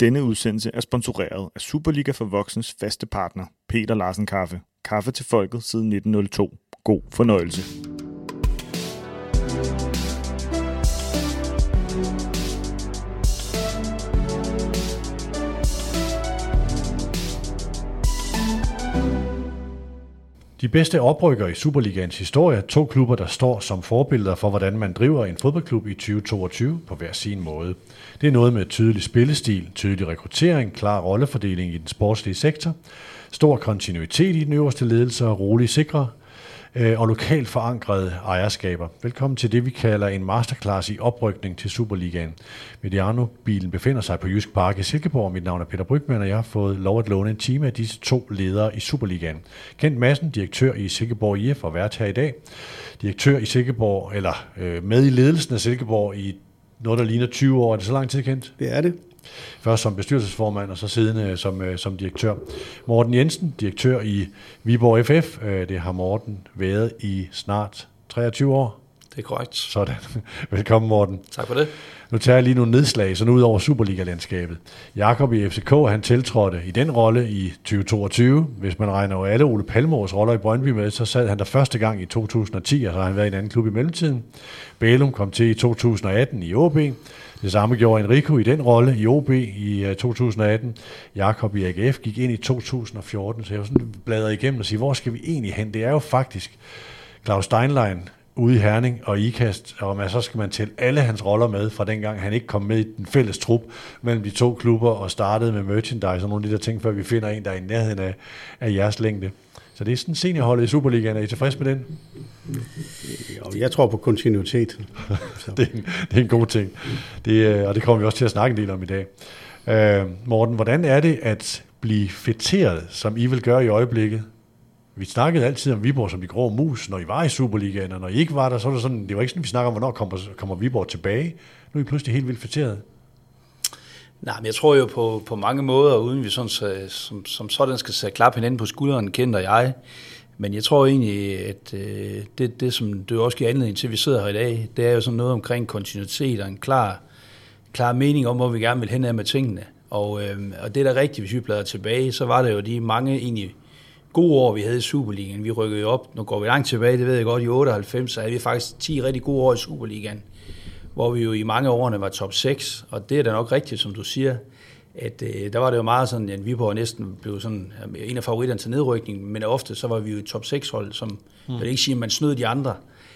Denne udsendelse er sponsoreret af Superliga for Voksens faste partner, Peter Larsen Kaffe. Kaffe til folket siden 1902. God fornøjelse. De bedste oprykkere i Superligaens historie er 2 klubber, der står som forbilleder for, hvordan man driver en fodboldklub i 2022 på hver sin måde. Det er noget med tydelig spillestil, tydelig rekruttering, klar rollefordeling i den sportslige sektor, stor kontinuitet i den øverste ledelse og rolig sikre og lokalt forankrede ejerskaber. Velkommen til det, vi kalder en masterclass i oprykning til Superligaen. Mediano-bilen befinder sig på Jysk Park i Silkeborg. Mit navn er Peter Brygmann, og jeg har fået lov at låne en time af disse 2 ledere i Superligaen. Kent Madsen, direktør i Silkeborg IF og vært her i dag. Direktør i Silkeborg, eller med i ledelsen af Silkeborg i noget, der ligner 20 år. Er det så lang tid, Kent? Det er det. Først som bestyrelsesformand, og så siddende som direktør. Morten Jensen, direktør i Viborg FF. Det har Morten været i snart 23 år. Det er korrekt. Sådan. Velkommen, Morten. Tak for det. Nu tager jeg lige nogle nedslag, sådan ud over Superliga-landskabet. Jakob i FCK, han tiltrådte i den rolle i 2022. Hvis man regner jo alle Ole Palmos roller i Brøndby med, så sad han der første gang i 2010, og så har han været i en anden klub i mellemtiden. Bælum kom til i 2018 i OB. Det samme gjorde Enrico i den rolle i OB i 2018. Jakob i AGF gik ind i 2014, så jeg var sådan bladret igennem og sige, hvor skal vi egentlig hen? Det er jo faktisk Claus Steinlein ude i Herning og Ikast, og så skal man tælle alle hans roller med, fra dengang han ikke kom med i den fælles trup mellem de 2 klubber og startede med merchandise og nogle af de der ting, før vi finder en, der er i nærheden af jeres længde. Så det er sådan seniorholdet i Superligaen. Er I tilfreds med den? Jeg tror på kontinuitet. det er en god ting. Og det kommer vi også til at snakke en del om i dag. Morten, hvordan er det at blive fætteret, som I vil gøre i øjeblikket? Vi snakkede altid om Viborg som de grå mus, når I var i Superligaen, og når I ikke var der, så var det sådan, det var ikke sådan, vi snakker om, hvornår kommer Viborg tilbage. Nu er I pludselig helt vildt fætteret. Nej, men jeg tror jo på mange måder, uden vi sådan, som sådan skal sætte klap hinanden på skulderen, Kent og jeg. Men jeg tror egentlig, at det som du også giver anledning til, at vi sidder her i dag, det er jo sådan noget omkring kontinuitet og en klar mening om, hvor vi gerne vil hen af med tingene. Og det er da rigtigt, hvis vi bladrer tilbage, så var der jo de mange egentlig gode år, vi havde i Superligaen. Vi rykkede jo op, nu går vi langt tilbage, det ved jeg godt, i 98, så havde vi faktisk 10 rigtig gode år i Superligaen, hvor vi jo i mange årene var top 6, og det er da nok rigtigt, som du siger, at der var det jo meget sådan, at Viborg næsten blev sådan en af favoritterne til nedrykning, men ofte så var vi jo i top 6-hold, som jeg vil ikke sige, at man snød de andre.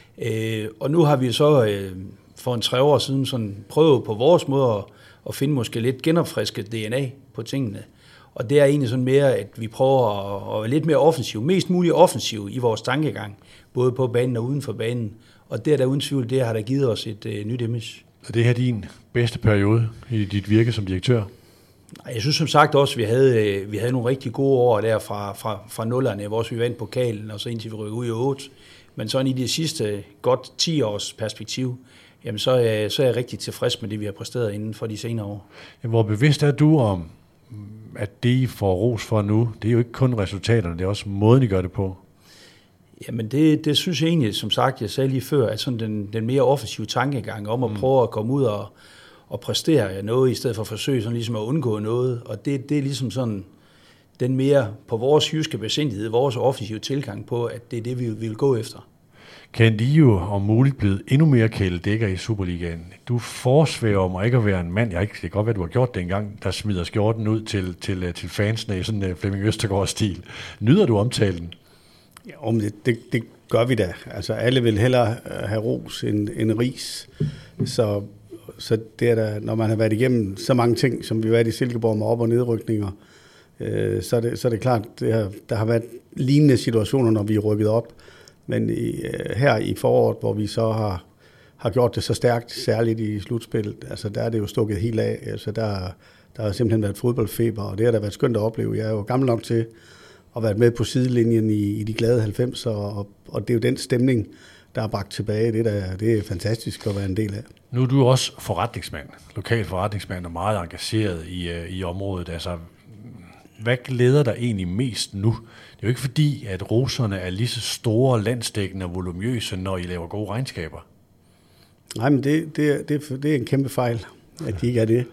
Og nu har vi så for en 3 år siden sådan prøvet på vores måde at finde måske lidt genopfrisket DNA på tingene. Og det er egentlig sådan mere, at vi prøver at være lidt mere offensiv, mest muligt offensiv i vores tankegang, både på banen og uden for banen. Og det er der uden tvivl, det har der givet os et nyt image. Er det her din bedste periode i dit virke som direktør? Jeg synes som sagt også, at vi havde nogle rigtig gode år der fra nullerne, hvor vi vandt pokalen, og så indtil vi rykkede ud i 8. Men sådan i de sidste godt 10 års perspektiv, jamen så er jeg rigtig tilfreds med det, vi har præsteret inden for de senere år. Jamen, hvor bevidst er du om, at det, I får ros for nu, det er jo ikke kun resultaterne, det er også måden, I gør det på? Jamen det synes jeg egentlig, som sagt, jeg sagde lige før, at sådan den mere offensive tankegang om at prøve at komme ud og præstere noget, i stedet for at forsøge sådan ligesom at undgå noget. Og det er ligesom sådan den mere på vores jyske besindighed, vores offensive tilgang på, at det er det, vi vil gå efter. Kan de jo om muligt blive endnu mere kæledækker i Superligaen? Du forsvæver mig ikke at være en mand, det kan godt være, du har gjort det engang, der smider skjorten ud til fansene i sådan en Flemming Østergaard-stil. Nyder du omtalen? Ja, det gør vi da. Altså alle vil hellere have ros end ris. Så det er da, når man har været igennem så mange ting, som vi har været i Silkeborg med op- og nedrykninger, så er det klart, der har været lignende situationer, når vi er rykket op. Men her i foråret, hvor vi så har gjort det så stærkt, særligt i slutspillet, altså der er det jo stukket helt af. Altså der har simpelthen været fodboldfeber, og det har da været skønt at opleve. Jeg er jo gammel nok til at være med på sidelinjen i de glade 90'er, og det er jo den stemning, der er bragt tilbage. Det er fantastisk at være en del af. Nu er du også forretningsmand, lokal forretningsmand og meget engageret i området. Altså, hvad glæder dig egentlig mest nu? Det er jo ikke fordi, at roserne er lige så store, landsdækkende og voluminøse, når I laver gode regnskaber. Nej, men det er en kæmpe fejl, at de ikke er det.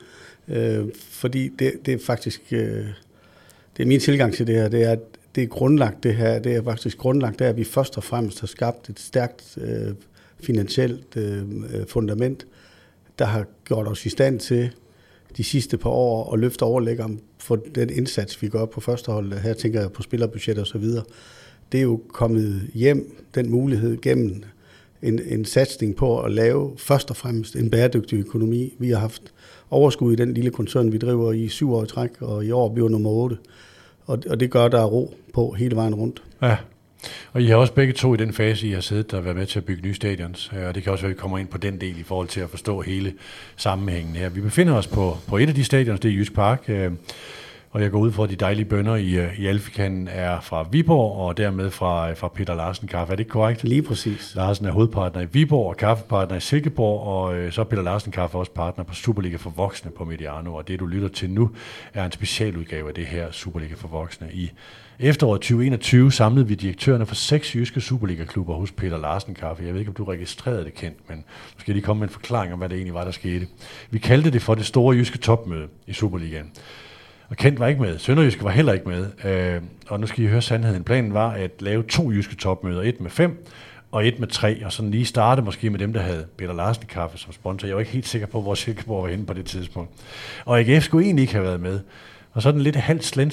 Fordi det er faktisk, det er min tilgang til det her, det er, at det er grundlagt det her, det er faktisk grundlagt, det er, at vi først og fremmest har skabt et stærkt finansielt fundament, der har gjort os i stand til de sidste par år at løfte overlæggeren for den indsats, vi gør på førsteholdet. Her tænker jeg på spillerbudget og så videre. Det er jo kommet hjem, den mulighed gennem en satsning på at lave først og fremmest en bæredygtig økonomi. Vi har haft overskud i den lille koncern, vi driver i 7 år i træk, og i år bliver nummer 8. Og det gør, der er ro på hele vejen rundt. Ja. Og I har også begge to i den fase, I har siddet der og været med til at bygge nye stadions. Og det kan også være, at vi kommer ind på den del i forhold til at forstå hele sammenhængen her. Vi befinder os på et af de stadions, det er Jysk Park. Og jeg går ud fra, at de dejlige bønner i Alfikanen er fra Viborg, og dermed fra Peter Larsen Kaffe. Er det ikke korrekt? Lige præcis. Larsen er hovedpartner i Viborg og kaffepartner i Silkeborg, og så er Peter Larsen Kaffe også partner på Superliga for Voksne på Mediano. Og det, du lytter til nu, er en specialudgave af det her Superliga for Voksne. I efteråret 2021 samlede vi direktørerne for 6 jyske Superliga-klubber hos Peter Larsen Kaffe. Jeg ved ikke, om du registrerede det, Kent, men måske lige komme med en forklaring om, hvad det egentlig var, der skete. Vi kaldte det for det store jyske topmøde i Superligaen. Og Kent var ikke med. Sønderjyske var heller ikke med. Og nu skal I høre sandheden. Planen var at lave 2 jyske topmøder. 1 med 5 og 1 med 3. Og sådan lige starte måske med dem, der havde Peter Larsen Kaffe som sponsor. Jeg var ikke helt sikker på, hvor Silkeborg var henne på det tidspunkt. Og AGF skulle egentlig ikke have været med. Og sådan lidt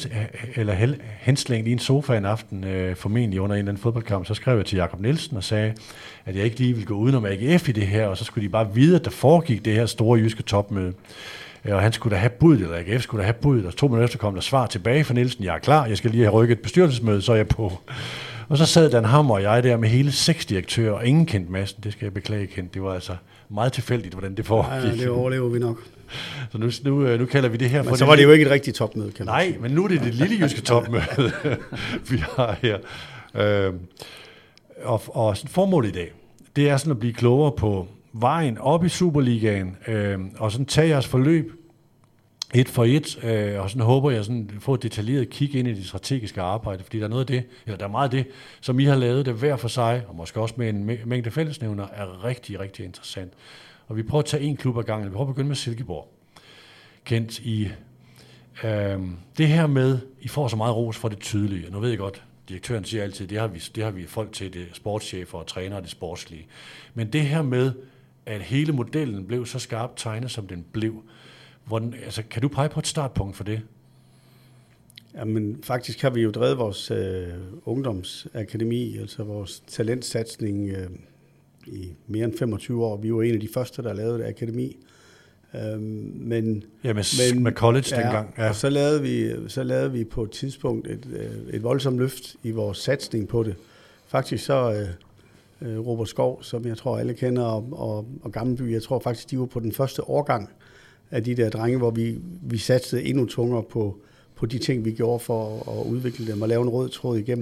henslængt i en sofa en aften, formentlig under en eller anden fodboldkamp, så skrev jeg til Jakob Nielsen og sagde, at jeg ikke lige ville gå udenom AGF i det her, og så skulle de bare vide, at der foregik det her store jyske topmøde. Og han skulle da have budet, eller AGF skulle da have budet, og 2 minutter efter kom der svar tilbage fra Nielsen, jeg er klar, jeg skal lige have rykket et bestyrelsesmøde, så er jeg på. Og så sad Dan Hammer og jeg der med hele 6 direktører, og ingen kendte Madsen, det skal jeg beklage, Kent. Det var altså meget tilfældigt, hvordan det foregik. Ja, det overlever vi nok. Så nu kalder vi det her for... Men så var det jo ikke et rigtigt topmøde, kan man sige. Nej, men nu er det lille jyske topmøde, vi har her. Og formålet i dag, det er sådan at blive klogere på vejen op i Superligaen, og sådan tage jeres forløb et for et, og sådan håber jeg sådan får et detaljeret kig ind i det strategiske arbejde, fordi der er noget af det, eller der er meget af det, som I har lavet det hver for sig, og måske også med en mængde fællesnævner, er rigtig, rigtig interessant. Og vi prøver at tage en klub ad gangen. Vi prøver at begynde med Silkeborg. Kendt i det her med, I får så meget ros for det tydelige. Nu ved jeg godt, direktøren siger altid, det har vi folk til, det sportschefer og trænere, det sportslige. Men det her med, at hele modellen blev så skarpt tegnet, som den blev, kan du pege på et startpunkt for det? Jamen, faktisk har vi jo drevet vores ungdomsakademi, altså vores talentsatsning i mere end 25 år. Vi var en af de første, der lavede det akademi. Med college dengang. Ja. Og så lavede vi på et tidspunkt et voldsomt løft i vores satsning på det. Faktisk så Robert Skov, som jeg tror alle kender, og Gammelby, jeg tror faktisk, de var på den første årgang af de der drenge, hvor vi satsede endnu tungere på de ting, vi gjorde for at udvikle dem og lave en rød tråd igennem.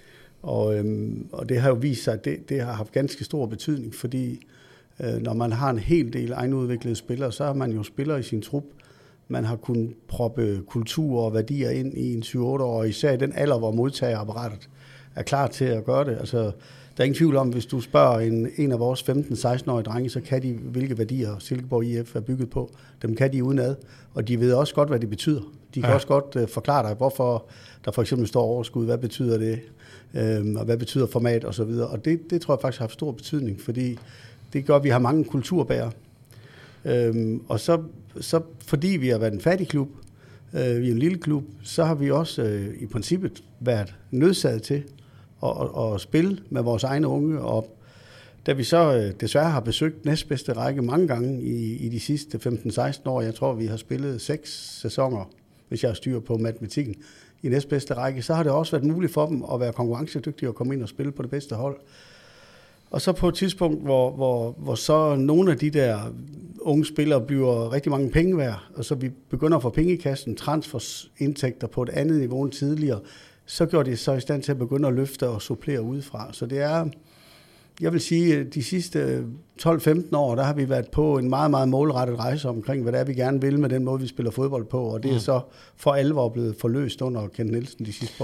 Og det har jo vist sig, at det har haft ganske stor betydning, fordi når man har en hel del egenudviklede spillere, så har man jo spillere i sin trup. Man har kunnet proppe kultur og værdier ind i en 7-8 år, og især i den alder, hvor modtagerapparatet er klar til at gøre det. Altså, der er ingen tvivl om, hvis du spørger en af vores 15-16-årige drenge, så kan de, hvilke værdier Silkeborg IF er bygget på. Dem kan de udenad, og de ved også godt, hvad det betyder. De kan også godt forklare dig, hvorfor der for eksempel står overskud, hvad betyder det, og hvad betyder format osv. Og det tror jeg faktisk har haft stor betydning, fordi det gør, at vi har mange kulturbærere. Og så fordi vi har været en fattig klub, vi er en lille klub, så har vi også i princippet været nødsaget til at spille med vores egne unge. Og da vi så desværre har besøgt næstbedste række mange gange i de sidste 15-16 år, jeg tror, vi har spillet 6 sæsoner, hvis jeg har styr på matematikken, i næstbedste række, så har det også været muligt for dem at være konkurrencedygtige og komme ind og spille på det bedste hold. Og så på et tidspunkt, hvor så nogle af de der unge spillere bliver rigtig mange penge værd, og så vi begynder at få penge i kassen, transfersindtægter på et andet niveau end tidligere, så gjorde det så i stand til at begynde at løfte og supplere udefra. Så det er, jeg vil sige, de sidste 12-15 år, der har vi været på en meget, meget målrettet rejse omkring, hvad det er, vi gerne vil med den måde, vi spiller fodbold på, og det er så for alvor blevet forløst under Kent Nielsen de sidste år.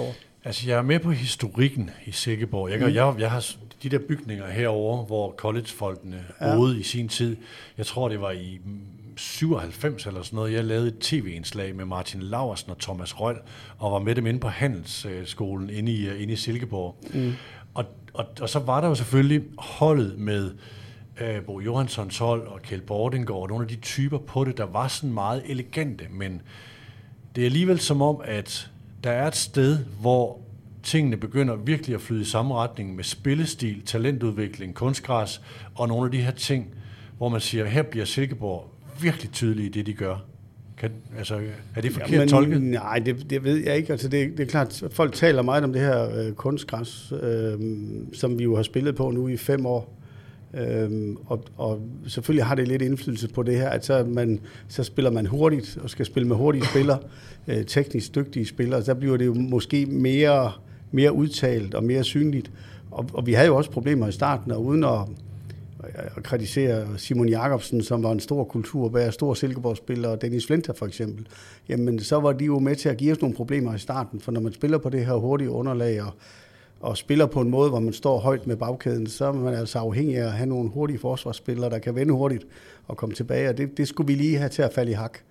Altså, jeg er med på historikken i Silkeborg. Jeg har de der bygninger herover, hvor collegefolkene boede i sin tid. Jeg tror, det var i 97 eller sådan noget. Jeg lavede et tv-indslag med Martin Laursen og Thomas Røll, og var med dem inde på Handelsskolen inde i Silkeborg. Og så var der jo selvfølgelig holdet med Bo Johanssons hold og Kjeld Bordinggaard og nogle af de typer på det, der var sådan meget elegante, men det er alligevel som om, at der er et sted, hvor tingene begynder virkelig at flyde i samme retning med spillestil, talentudvikling, kunstgræs og nogle af de her ting, hvor man siger, her bliver Silkeborg virkelig tydelig i det, de gør. Er det forkert tolket? Nej, det ved jeg ikke. Altså, det er klart, at folk taler meget om det her kunstgræs, som vi jo har spillet på nu i 5 år. Og selvfølgelig har det lidt indflydelse på det her, at så spiller man hurtigt, og skal spille med hurtige spillere, teknisk dygtige spillere, så bliver det jo måske mere udtalt og mere synligt. Og vi havde jo også problemer i starten, og uden at kritisere Simon Jacobsen, som var en stor kulturbærer, stor Silkeborg-spiller, og Dennis Flinter for eksempel, jamen så var de jo med til at give os nogle problemer i starten, for når man spiller på det her hurtige underlag, og spiller på en måde, hvor man står højt med bagkæden, så er man altså afhængig af at have nogle hurtige forsvarsspillere, der kan vende hurtigt og komme tilbage, og det skulle vi lige have til at falde i hak.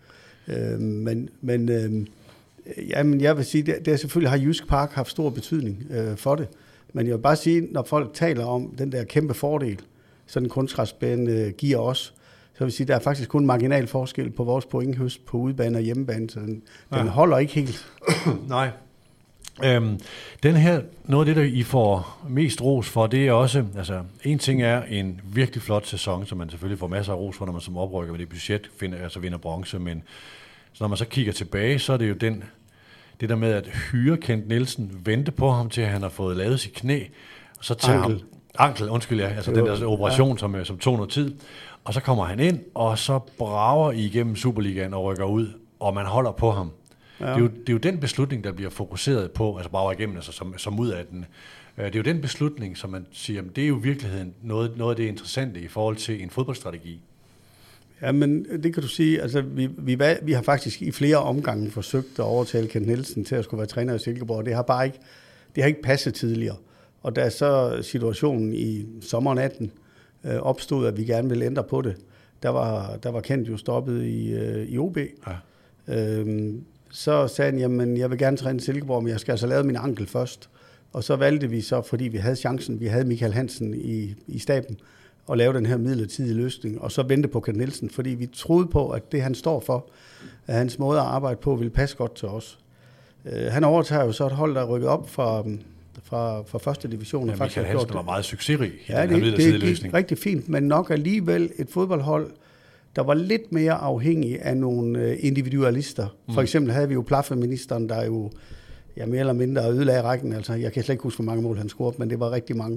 Men jeg vil sige, det selvfølgelig har Jysk Park haft stor betydning for det, men jeg vil bare sige, når folk taler om den der kæmpe fordel, sådan en kunstgræsbane giver os, så vil jeg sige, der er faktisk kun marginal forskel på vores pointhøst på udebane og hjemmebane, så den holder ikke helt. Nej. Den her, noget af det, der I får mest ros for, det er også, altså en ting er en virkelig flot sæson, som man selvfølgelig får masser af ros for, når man som oprykker med det budget vinder bronze, men så når man så kigger tilbage, så er det jo det der med at hyre Kent Nielsen, vente på ham til, at han har fået lavet sit knæ, og så tager ham ankel, den der operation, som tog noget tid, og så kommer han ind, og så brager I igennem Superligaen og rykker ud, og man holder på ham. Ja. Det er jo den beslutning, der bliver fokuseret på, altså brager igennem, altså som ud af den. Det er jo den beslutning, som man siger, det er jo i virkeligheden noget af det interessante i forhold til en fodboldstrategi. Ja, men det kan du sige, altså vi har faktisk i flere omgange forsøgt at overtale Kent Nielsen til at skulle være træner i Silkeborg, det har ikke passet tidligere. Og da så situationen i sommeren 18 opstod, at vi gerne ville ændre på det, der var Kent jo stoppet i OB. Ja. Så sagde han, jamen jeg vil gerne træne Silkeborg, men jeg skal altså lave min ankel først. Og så valgte vi så, fordi vi havde chancen, vi havde Michael Hansen i staben, at lave den her midlertidige løsning, og så vente på Kent Nielsen, fordi vi troede på, at det han står for, at hans måde at arbejde på, ville passe godt til os. Han overtager jo så et hold, der er rykket op fra første division. Ja, Michael Hansen var meget succesrig i den her midlertidige løsning. Rigtig fint, men nok alligevel et fodboldhold, der var lidt mere afhængig af nogle individualister. For eksempel havde vi jo Plaffe-ministeren, der jo mere eller mindre ødelagde rækken. Altså, jeg kan slet ikke huske, hvor mange mål han scorede, men det var rigtig mange.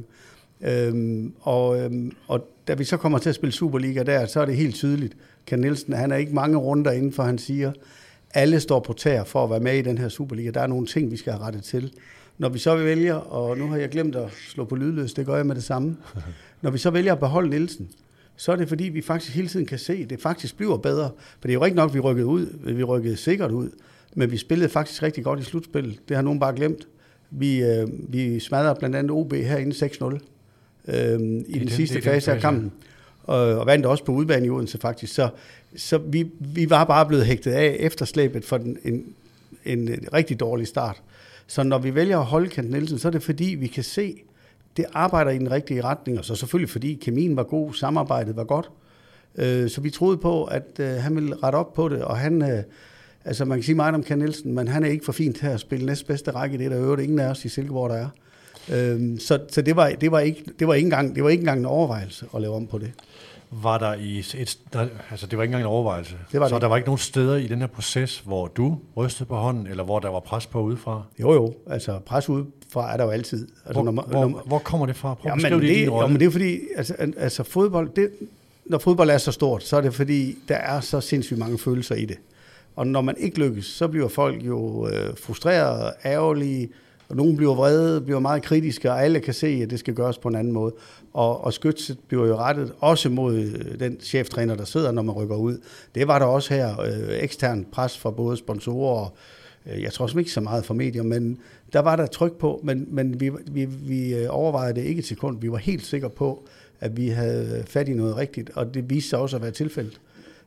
Og da vi så kommer til at spille Superliga der, så er det helt tydeligt. Kent Nielsen, han er ikke mange runder inden for, han siger, alle står på tæer for at være med i den her Superliga. Der er nogle ting, vi skal have rettet til. Når vi så vælger, og nu har jeg glemt at slå på lydløs, det gør jeg med det samme. Når vi så vælger at beholde Nielsen, så er det fordi, vi faktisk hele tiden kan se, at det faktisk bliver bedre. For det er jo rigtig nok, vi rykkede sikkert ud, men vi spillede faktisk rigtig godt i slutspillet. Det har nogen bare glemt. Vi smadrede blandt andet OB herinde 6-0 i den sidste fase af kampen, og vandt også på udebane i Odense faktisk. Så vi var bare blevet hægtet af efterslæbet for en rigtig dårlig start. Så når vi vælger at holde Kent Nielsen, så er det fordi, vi kan se, det arbejder i den rigtige retning, og så selvfølgelig fordi kemien var god, samarbejdet var godt. Så vi troede på, at han ville rette op på det, og han, altså man kan sige meget om Kent Nielsen, men han er ikke for fint her at spille næstbedste række, det er der øvrigt ingen af os i Silkeborg, der er. Så det var ikke engang en overvejelse at lave om på det. Var der det var ikke engang en overvejelse. Der var ikke nogen steder i den her proces, hvor du rystede på hånden, eller hvor der var pres på udefra? Jo, altså pres udefra er der jo altid. Altså, hvor kommer det fra? Prøv at beskrive det i din rolle. Men det er fordi, altså fodbold, når fodbold er så stort, så er det fordi, der er så sindssygt mange følelser i det. Og når man ikke lykkes, så bliver folk jo frustrerede, ærgerlige, og nogen bliver vrede, bliver meget kritiske, og alle kan se, at det skal gøres på en anden måde. Og skytset bliver jo rettet også mod den cheftræner, der sidder, når man rykker ud. Det var der også her ekstern pres fra både sponsorer, Jeg tror også ikke så meget for medier, men der var der tryk på, men vi overvejede det ikke et sekund. Vi var helt sikre på, at vi havde fat i noget rigtigt, og det viste sig også at være tilfældet.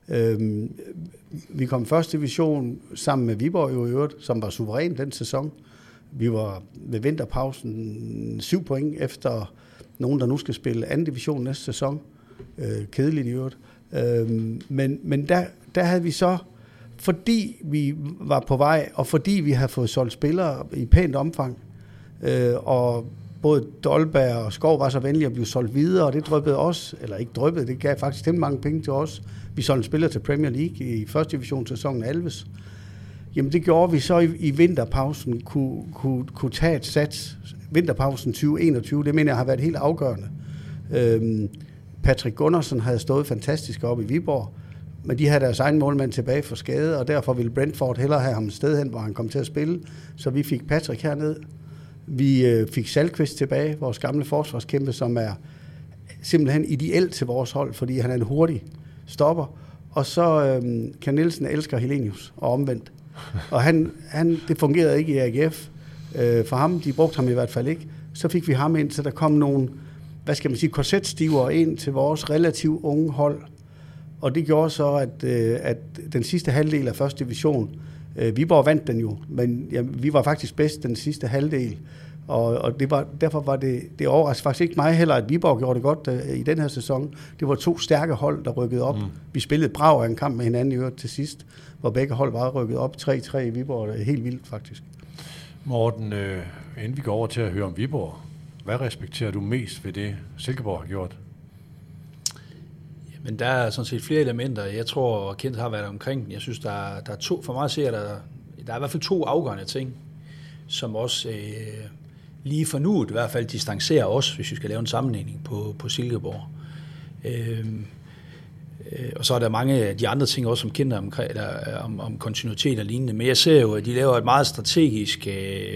Vi kom første division sammen med Viborg i øvrigt, som var suveræn den sæson. Vi var ved vinterpausen 7 point efter nogen, der nu skal spille anden division næste sæson. Kedeligt i øvrigt. Men der havde vi så, fordi vi var på vej, og fordi vi havde fået solgt spillere i pænt omfang, og både Dolberg og Skov var så venlige at blive solgt videre, og det dryppede os, eller ikke dryppede, det gav faktisk temmelig mange penge til os. Vi solgte spillere til Premier League i første division sæsonen 11. Jamen det gjorde vi så i vinterpausen, kunne tage et sats. Vinterpausen 2021, det mener jeg har været helt afgørende. Patrick Gunnarsson havde stået fantastisk op i Viborg, men de havde deres egen målmand tilbage for skade, og derfor ville Brentford hellere have ham et sted hen, hvor han kom til at spille. Så vi fik Patrick herned. Vi fik Salkvist tilbage, vores gamle forsvarskæmpe, som er simpelthen ideelt til vores hold, fordi han er en hurtig stopper. Og så Ken Nielsen elsker Helenius, og omvendt. Og det fungerede ikke i AGF for ham. De brugte ham i hvert fald ikke. Så fik vi ham ind, så der kom nogle, korsetstiver ind til vores relativt unge hold. Og det gjorde så, at den sidste halvdel af første division, Viborg vandt den jo, men vi var faktisk bedst den sidste halvdel. Og derfor var det overraskede faktisk ikke mig heller, at Viborg gjorde det godt i den her sæson. Det var 2 stærke hold, der rykkede op. Vi spillede brav af en kamp med hinanden i øvrigt til sidst, hvor begge hold var rykket op 3-3 i Viborg. Det er helt vildt faktisk. Morten, inden vi går over til at høre om Viborg, hvad respekterer du mest ved det, Silkeborg har gjort? Men der er sådan set flere elementer. Jeg tror, Kent har været omkring. Jeg synes, der er 2, for mig at se, der er i hvert fald 2 afgørende ting, som også lige for nu i hvert fald distancerer os, hvis vi skal lave en sammenligning på Silkeborg. Og så er der mange af de andre ting også, som Kent om kontinuitet og lignende. Men jeg ser jo, at de laver et meget strategisk,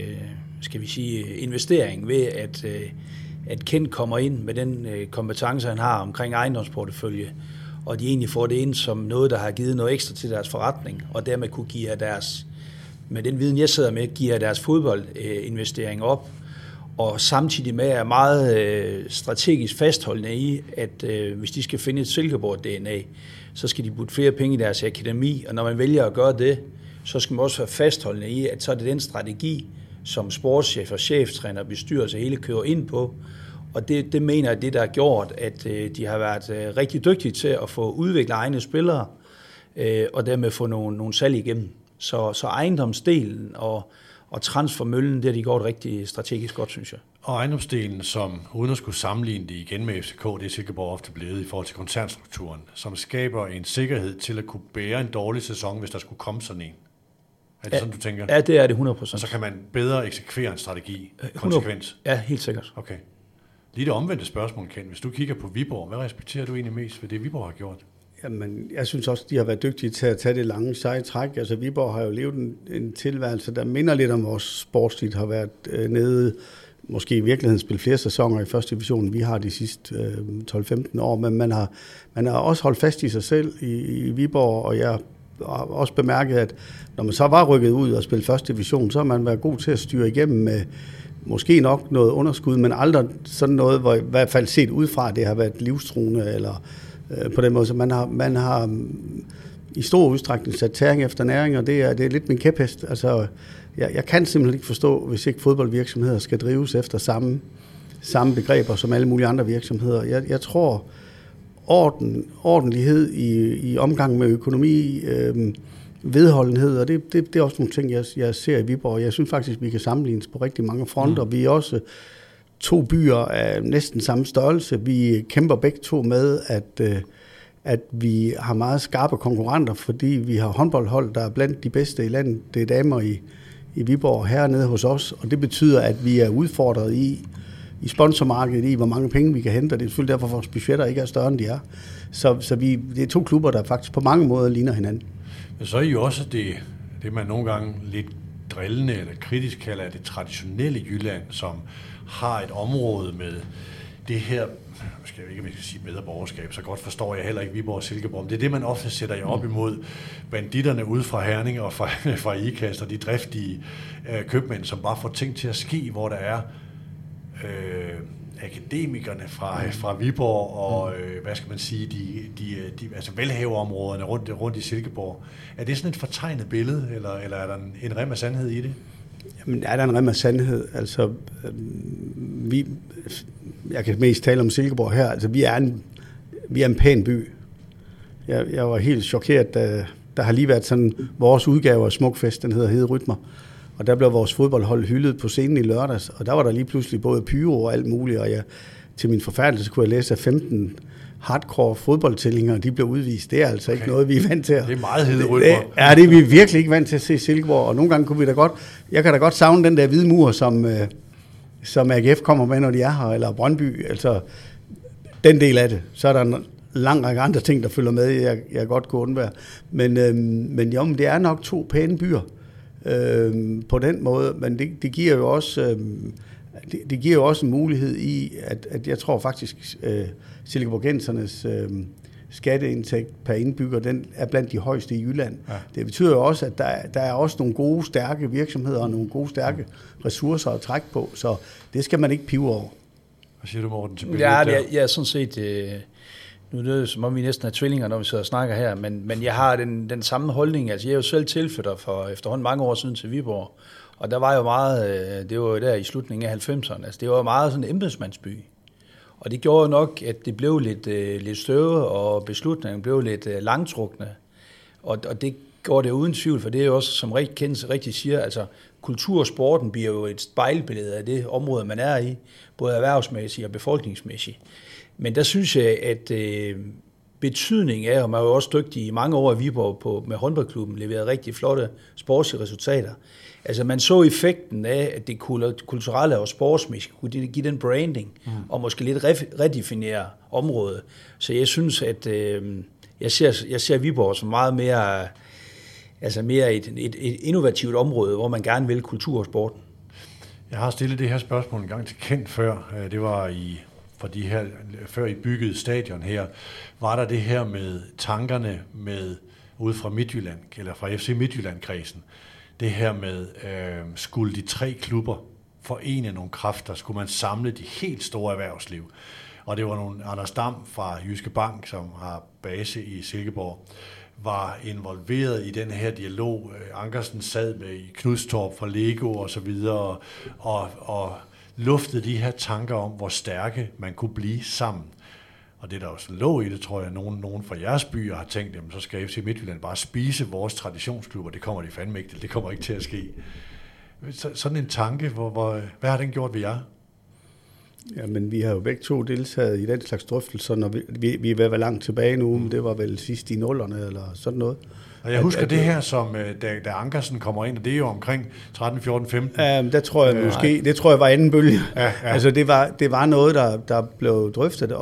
investering ved, at Kent kommer ind med den kompetence, han har omkring ejendomsportefølje, og de egentlig får det ind som noget, der har givet noget ekstra til deres forretning, og dermed kunne give deres, med den viden, jeg sidder med, giver deres fodboldinvestering op, og samtidig med er meget strategisk fastholdende i, at hvis de skal finde et Silkeborg-DNA, så skal de putte flere penge i deres akademi, og når man vælger at gøre det, så skal man også være fastholdende i, at så er det den strategi, som sportschef og cheftræner og bestyrelse hele kører ind på. Og det mener jeg, det der har gjort, at de har været rigtig dygtige til at få udviklet egne spillere, og dermed få nogle salg igennem. Så ejendomsdelen og transfermøllen, det har de gjort rigtig strategisk godt, synes jeg. Og ejendomsdelen, som uden at skulle sammenligne det igen med FCK, det er Silkeborg ofte blevet i forhold til koncernstrukturen, som skaber en sikkerhed til at kunne bære en dårlig sæson, hvis der skulle komme sådan en. Er det sådan, du tænker? Ja, det er det 100%. Og så kan man bedre eksekvere en strategi konsekvent? Ja, helt sikkert. Okay. Lige det omvendte spørgsmål, Ken. Hvis du kigger på Viborg, hvad respekterer du egentlig mest ved det, Viborg har gjort? Jamen, jeg synes også, de har været dygtige til at tage det lange seje træk. Altså, Viborg har jo levet en tilværelse, der minder lidt om vores sportsligt, har været nede, måske i virkeligheden spillet flere sæsoner i første division, vi har de sidste 12-15 år, men man har også holdt fast i sig selv i Viborg, og jeg har også bemærket, at når man så var rykket ud og spillet første division, så har man været god til at styre igennem med måske nok noget underskud, men aldrig sådan noget, hvor i hvert fald set udefra, det har været livstruende, eller på den måde, så man har i stor udstrækning sat tæring efter næring, og det er lidt min kæphest. Altså, jeg kan simpelthen ikke forstå, hvis ikke fodboldvirksomheder skal drives efter samme begreber som alle mulige andre virksomheder. Jeg tror, ordentlighed i omgang med økonomi, vedholdenhed, og det er også nogle ting, jeg ser i Viborg. Jeg synes faktisk, vi kan sammenlignes på rigtig mange fronter. Vi er også 2 byer af næsten samme størrelse. Vi kæmper begge to med, at vi har meget skarpe konkurrenter, fordi vi har håndboldhold, der er blandt de bedste i landet. Det er damer i Viborg hernede hos os, og det betyder, at vi er udfordret i sponsormarkedet, i hvor mange penge vi kan hente, og det er selvfølgelig derfor, vores budgetter ikke er større, end de er. Så det er 2 klubber, der faktisk på mange måder ligner hinanden. Men så er jo også det man nogle gange lidt drillende eller kritisk kalder det traditionelle Jylland, som har et område med det her skal jeg ikke sige bedre borgerskab, så godt forstår jeg heller ikke Viborg og Silkeborg. Det er det, man ofte sætter jer op imod banditterne ude fra Herning og fra Ikast og de driftige købmænd, som bare får ting til at ske, hvor der er akademikerne fra Viborg og hvad skal man sige, de altså velhaverområderne rundt i Silkeborg. Er det sådan et fortegnet billede, eller er der en rem af sandhed i det? Jamen, er der en rem af sandhed? Altså, jeg kan mest tale om Silkeborg her. Altså, vi er en pæn by. Jeg var helt chokeret, da der har lige været sådan vores udgave af Smukfest, den hedder Hede Rytmer. Og der blev vores fodboldhold hyldet på scenen i lørdags, og der var der lige pludselig både pyro og alt muligt, og til min forfærdelse kunne jeg læse, at 15 hardcore fodboldtællinger, de blev udvist. Det er altså ikke noget, vi er vant til. Det er meget Hede Rytmer. Ja, det er vi virkelig ikke vant til at se Silkeborg, og nogle gange kunne vi da godt, jeg kan da godt savne den der hvide mur, som AGF kommer med, når de er her, eller Brøndby, altså den del af det. Så er der en lang række andre ting, der følger med, jeg godt kunne undvære. Men jo, det er nok 2 pæne byer på den måde, men det giver jo også det giver jo også en mulighed i, at jeg tror faktisk silkeborgensernes skatteindtægt per indbygger, den er blandt de højeste i Jylland. Ja. Det betyder jo også, at der er også nogle gode, stærke virksomheder og nogle gode, stærke ressourcer at trække på, så det skal man ikke pive over. Hvad siger du, Morten? Til jeg er sådan set... Nu er det som om vi næsten er tvillinger, når vi sidder og snakker her, men jeg har den samme holdning. Altså, jeg er jo selv tilflytter for efterhånden mange år siden til Viborg, og der var jo meget, det var jo der i slutningen af 90'erne, altså det var jo meget sådan en embedsmandsby. Og det gjorde nok, at det blev lidt støvet, og beslutningen blev lidt langtrukne. Og det går det uden tvivl, for det er jo også, som rigtig siger, altså kultur og sporten bliver jo et spejlbillede af det område, man er i, både erhvervsmæssigt og befolkningsmæssigt. Men der synes jeg, at betydningen af, og man er jo også dygtig i mange år i Viborg med håndboldklubben, leverede rigtig flotte sportslige resultater. Altså man så effekten af, at det kulturelle og sportsmæssigt kunne give den branding, og måske lidt redefinere området. Så jeg synes, at jeg ser Viborg som meget mere, altså mere et innovativt område, hvor man gerne vil kultur og sporten. Jeg har stillet det her spørgsmål en gang til Kent før. Det var for de her, før I byggede stadion her, var der det her med tankerne med ude fra Midtjylland, eller fra FC Midtjylland-kredsen, det her med, skulle de 3 klubber forene nogle kræfter, skulle man samle de helt store erhvervsliv. Og det var nogle Anders Dam fra Jyske Bank, som har base i Silkeborg, var involveret i den her dialog. Ankersen sad med i Knudstorp fra Lego og så videre, og luftede de her tanker om, hvor stærke man kunne blive sammen. Og det der også lå i det, tror jeg, nogen fra jeres byer har tænkt, jamen så skal FC Midtjylland bare spise vores traditionsklubber. Det kommer de fandme ikke til. Det kommer ikke til at ske. Sådan en tanke, hvad har den gjort ved jer? Jamen, vi har jo begge to deltaget i den slags drøftelser, når vi er været langt tilbage nu, men det var vel sidst i 0'erne eller sådan noget. Og jeg husker det her, som da Ankersen kommer ind, og det er jo omkring 13, 14, 15. Der tror jeg måske, det tror jeg var anden bølge. Ja. Altså det var noget, der blev drøftet,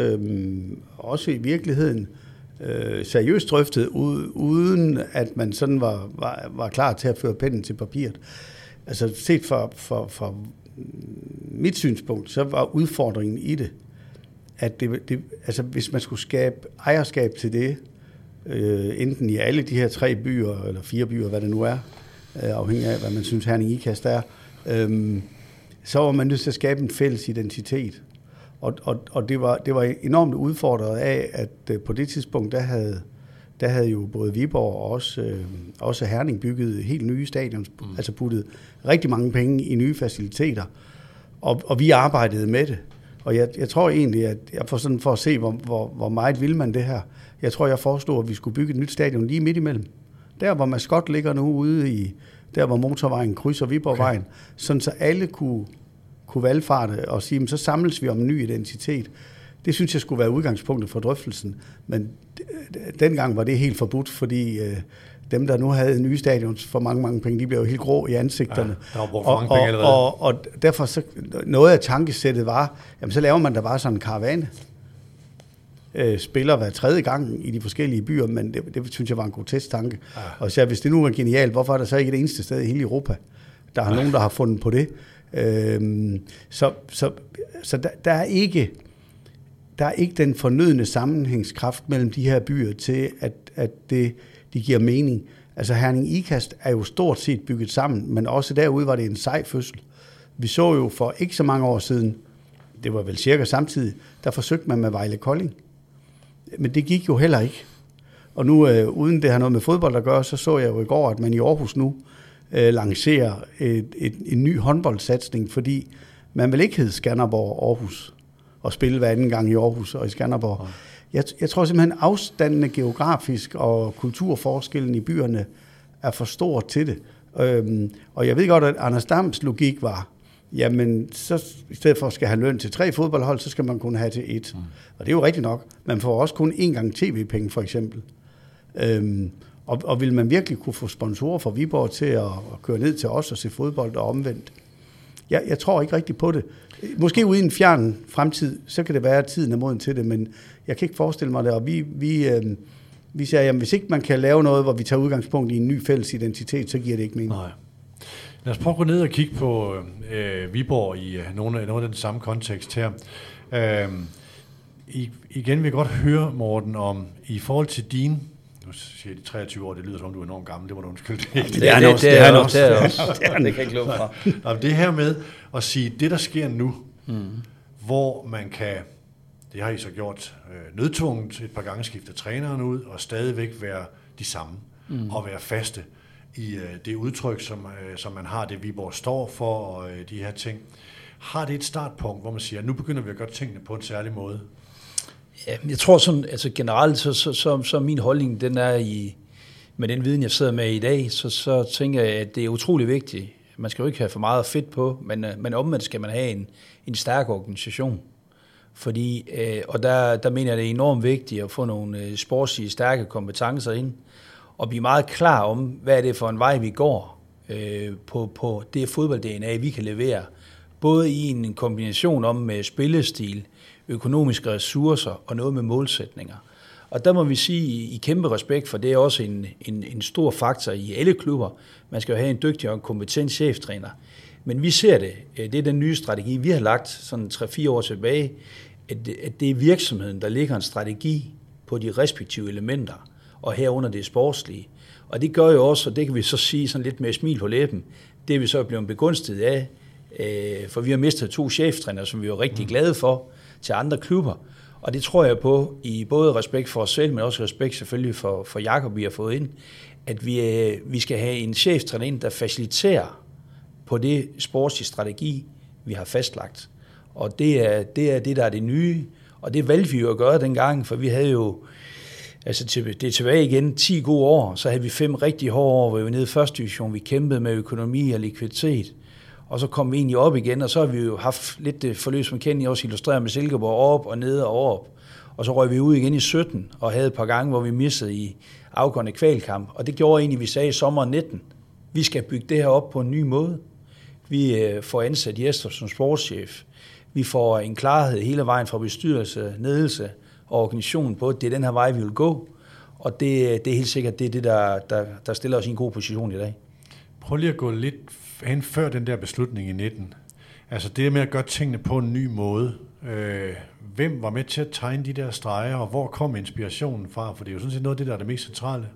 også i virkeligheden seriøst drøftet, uden at man sådan var klar til at føre pennen til papiret. Altså set fra mit synspunkt, så var udfordringen i det, at altså hvis man skulle skabe ejerskab til det, enten i alle de her 3 byer, eller 4 byer, hvad det nu er, afhængig af, hvad man synes Herning Ikast er, så var man nødt til at skabe en fælles identitet. Og det var enormt udfordret af, at på det tidspunkt, der havde jo både Viborg og også Herning bygget helt nye stadions, altså puttet rigtig mange penge i nye faciliteter, og vi arbejdede med det. Og jeg tror egentlig, at jeg for at se, hvor meget vil man det her, jeg tror, jeg forestod, at vi skulle bygge et nyt stadion lige midt imellem. Der, hvor Maskot ligger nu ude der hvor motorvejen krydser Viborgvejen, okay. Sådan så alle kunne valgfarte og sige, så samles vi om en ny identitet. Det synes jeg skulle være udgangspunktet for drøftelsen, men dengang var det helt forbudt, fordi dem, der nu havde nye stadions for mange penge, de blev jo helt grå i ansigterne. Ja, der var brugt for mange penge allerede. Og derfor så, noget af tankesættet var, jamen så laver man da bare sådan en karavane. Spiller hver 3. gang i de forskellige byer, men det synes jeg var en grotesk tanke. Ja. Og så hvis det nu var genialt, hvorfor er der så ikke det eneste sted i hele Europa, der har nogen, der har fundet på det? Så der er ikke der er ikke den fornødne sammenhængskraft mellem de her byer til, at det giver mening. Altså Herning Ikast er jo stort set bygget sammen, men også derude var det en sej fødsel. Vi så jo for ikke så mange år siden, det var vel cirka samtidig, der forsøgte man med Vejle Kolding. Men det gik jo heller ikke. Og nu, uden det har noget med fodbold at gøre, så jeg jo i går, at man i Aarhus nu lancerer en ny håndboldsatsning, fordi man vil ikke hedde Skanderborg Aarhus og spille hver anden gang i Aarhus og i Skanderborg. Jeg tror simpelthen, afstandene geografisk og kulturforskellen i byerne er for stor til det. Og jeg ved godt, at Anders Dams logik var, jamen, så i stedet for at skal have løn til 3 fodboldhold, så skal man kun have til 1. Og det er jo rigtigt nok. Man får også kun 1 gang tv-penge, for eksempel. Og vil man virkelig kunne få sponsorer fra Viborg til at køre ned til os og se fodbold og omvendt? Jeg tror ikke rigtigt på det. Måske ude i en fjern fremtid, så kan det være, at tiden er moden til det, men jeg kan ikke forestille mig det. Og vi siger, jamen hvis ikke man kan lave noget, hvor vi tager udgangspunkt i en ny fælles identitet, så giver det ikke mening. Nej. Lad os prøve at gå ned og kigge på Viborg i nogle af den samme kontekst her. Igen vil jeg godt høre, Morten, om i forhold til din, nu siger de 23 år, det lyder som om du er enormt gammel, det må du undskylde. Det er han også. Det kan jeg ikke love fra. Det her med at sige, det der sker nu, hvor man kan, det har I så gjort nødtvunget et par gange, skifte træneren ud, og stadigvæk være de samme, og være faste i det udtryk, som man har, det Viborg står for, og de her ting. Har det et startpunkt, hvor man siger, nu begynder vi at gøre tingene på en særlig måde? Ja, jeg tror sådan, altså generelt, så min holdning, den er med den viden, jeg sidder med i dag, så tænker jeg, at det er utrolig vigtigt. Man skal jo ikke have for meget fedt på, men omvendt skal man have en stærk organisation. Fordi, og der mener jeg, det er enormt vigtigt at få nogle sportslige, stærke kompetencer ind, og blive meget klar om, hvad er det for en vej, vi går på det fodbold-DNA, vi kan levere. Både i en kombination om med spillestil, økonomiske ressourcer og noget med målsætninger. Og der må vi sige i kæmpe respekt, for det er også en stor faktor i alle klubber. Man skal jo have en dygtig og en kompetent cheftræner. Men vi ser det. Det er den nye strategi, vi har lagt sådan 3-4 år tilbage, at det er virksomheden, der ligger en strategi på de respektive elementer, og herunder det sportslige. Og det gør jo også, og det kan vi så sige sådan lidt med smil på læben, det er vi så blevet begunstiget af, for vi har mistet 2 cheftræner, som vi er rigtig glade for, til andre klubber. Og det tror jeg på, i både respekt for os selv, men også respekt selvfølgelig for Jakob, vi har fået ind, at vi skal have en cheftræner ind, der faciliterer på det sportslige strategi, vi har fastlagt. Og det er det, der er det nye, og det valgte vi jo at gøre dengang, for vi havde jo, altså det er tilbage igen 10 gode år, så havde vi 5 rigtig hårde år, hvor vi var nede i første division, vi kæmpede med økonomi og likviditet, og så kom vi egentlig op igen, og så har vi jo haft lidt det forløb, som Kenny også illustrerer med Silkeborg, op og ned og op, og så røg vi ud igen i 17, og havde et par gange, hvor vi missede i afgørende kvalkamp, og det gjorde egentlig, vi sagde i sommeren 19, vi skal bygge det her op på en ny måde. Vi får ansat Jesper som sportschef. Vi får en klarhed hele vejen fra bestyrelse, ledelse og organisation på, at det er den her vej, vi vil gå. Og det er helt sikkert, det er det, der stiller os i en god position i dag. Prøv lige at gå lidt hen før den der beslutning i 19. Altså det med at gøre tingene på en ny måde. Hvem var med til at tegne de der streger, og hvor kom inspirationen fra? For det er jo sådan set noget af det, der er det mest centrale.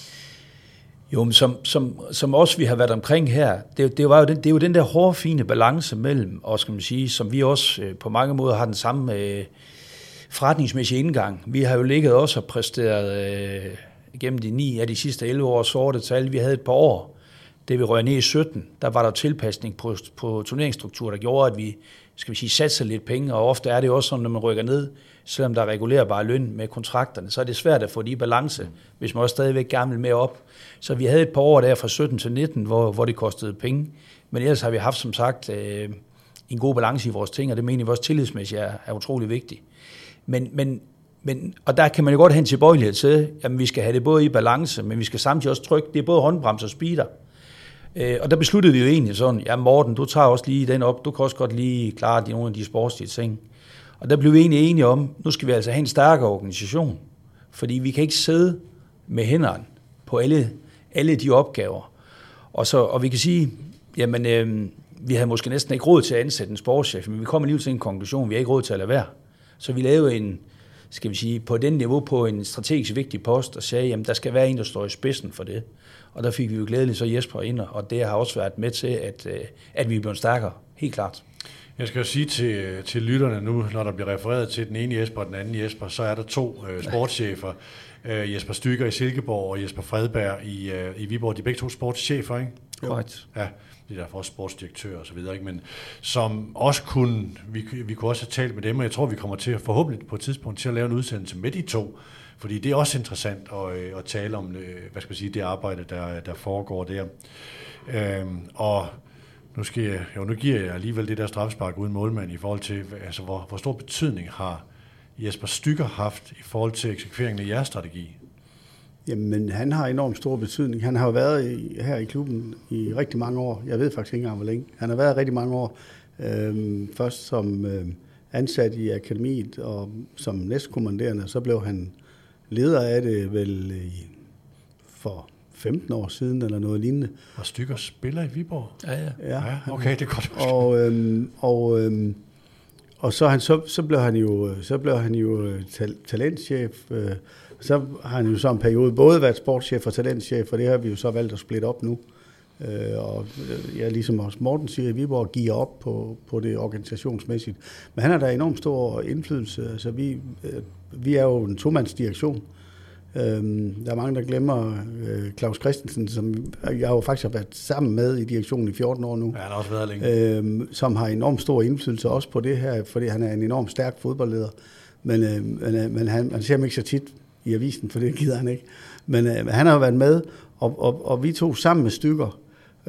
Jo, men som også vi har været omkring her, det er jo den der hårfine balance mellem, og skal man sige, som vi også på mange måder har den samme forretningsmæssige indgang. Vi har jo ligget også og præsteret gennem de 9 af de sidste 11 års sorte tal. Vi havde et par år, det vi røg ned i 17, der var der tilpasning på turneringsstruktur, der gjorde, at vi, skal vi sige, satser lidt penge, og ofte er det også sådan, når man rykker ned, selvom der er regulerbar løn med kontrakterne, så er det svært at få de balance, hvis man også stadigvæk gerne vil med op. Så vi havde et par år der fra 17 til 19, hvor det kostede penge, men ellers har vi haft, som sagt, en god balance i vores ting, og det mener vi også tillidsmæssigt er utrolig vigtigt. Men, og der kan man jo godt have en tilbøjelighed til, at vi skal have det både i balance, men vi skal samtidig også trykke, det er både håndbremse og speeder. Og der besluttede vi jo egentlig sådan, ja Morten, du tager også lige den op, du kan også godt lige klare nogle af de sportslige ting. Og der blev vi egentlig enige om, nu skal vi altså have en stærkere organisation, fordi vi kan ikke sidde med hænderne på alle de opgaver. Og vi kan sige, jamen vi havde måske næsten ikke råd til at ansætte en sportschef, men vi kom alligevel til en konklusion, vi har ikke råd til at lade være. Så vi lavede en, skal vi sige, på den niveau på en strategisk vigtig post, og sagde, jamen der skal være en, der står i spidsen for det. Og der fik vi jo glædeligt så Jesper ind, og det har også været med til, at vi er blevet stærkere. Helt klart. Jeg skal jo sige til lytterne nu, når der bliver refereret til den ene Jesper og den anden Jesper, så er der 2 sportschefer. Jesper Stygger i Silkeborg og Jesper Fredberg i Viborg. De er begge 2 sportschefer, ikke? Korrekt. Ja, det er derfor også sportsdirektør og så videre, ikke? Men som også vi kunne også have talt med dem, og jeg tror, vi kommer til forhåbentlig på et tidspunkt til at lave en udsendelse med de 2, fordi det er også interessant at tale om, hvad skal man sige, det arbejde, der foregår der. Og nu giver jeg alligevel det der straffespark uden målmand i forhold til, altså hvor stor betydning har Jesper Stygger haft i forhold til eksekveringen af jeres strategi? Jamen, han har enormt stor betydning. Han har jo været her i klubben i rigtig mange år. Jeg ved faktisk ikke engang, hvor længe. Han har været rigtig mange år. Først som ansat i akademiet og som næstkommanderende, så blev han leder af det vel for 15 år siden eller noget lignende. Og Stygger spiller i Viborg? Ja. Okay, det er godt. Og så blev han jo talentchef. Så har han jo så en periode både været sportschef og talentchef, og det har vi jo så valgt at splitte op nu. Og ja, ligesom også Morten siger, Viborg giver op på det organisationsmæssigt. Men han har da enormt stor indflydelse. Altså vi er jo en tomandsdirektion. Der er mange, der glemmer Claus Christensen, som jeg jo faktisk har været sammen med i direktionen i 14 år nu. Ja, han har også været længe. Som har enormt stor indflydelse også på det her, fordi han er en enormt stærk fodboldleder. Men man ser ham ikke så tit i avisen, for det gider han ikke. Men han har jo været med, og vi tog sammen med Stygger,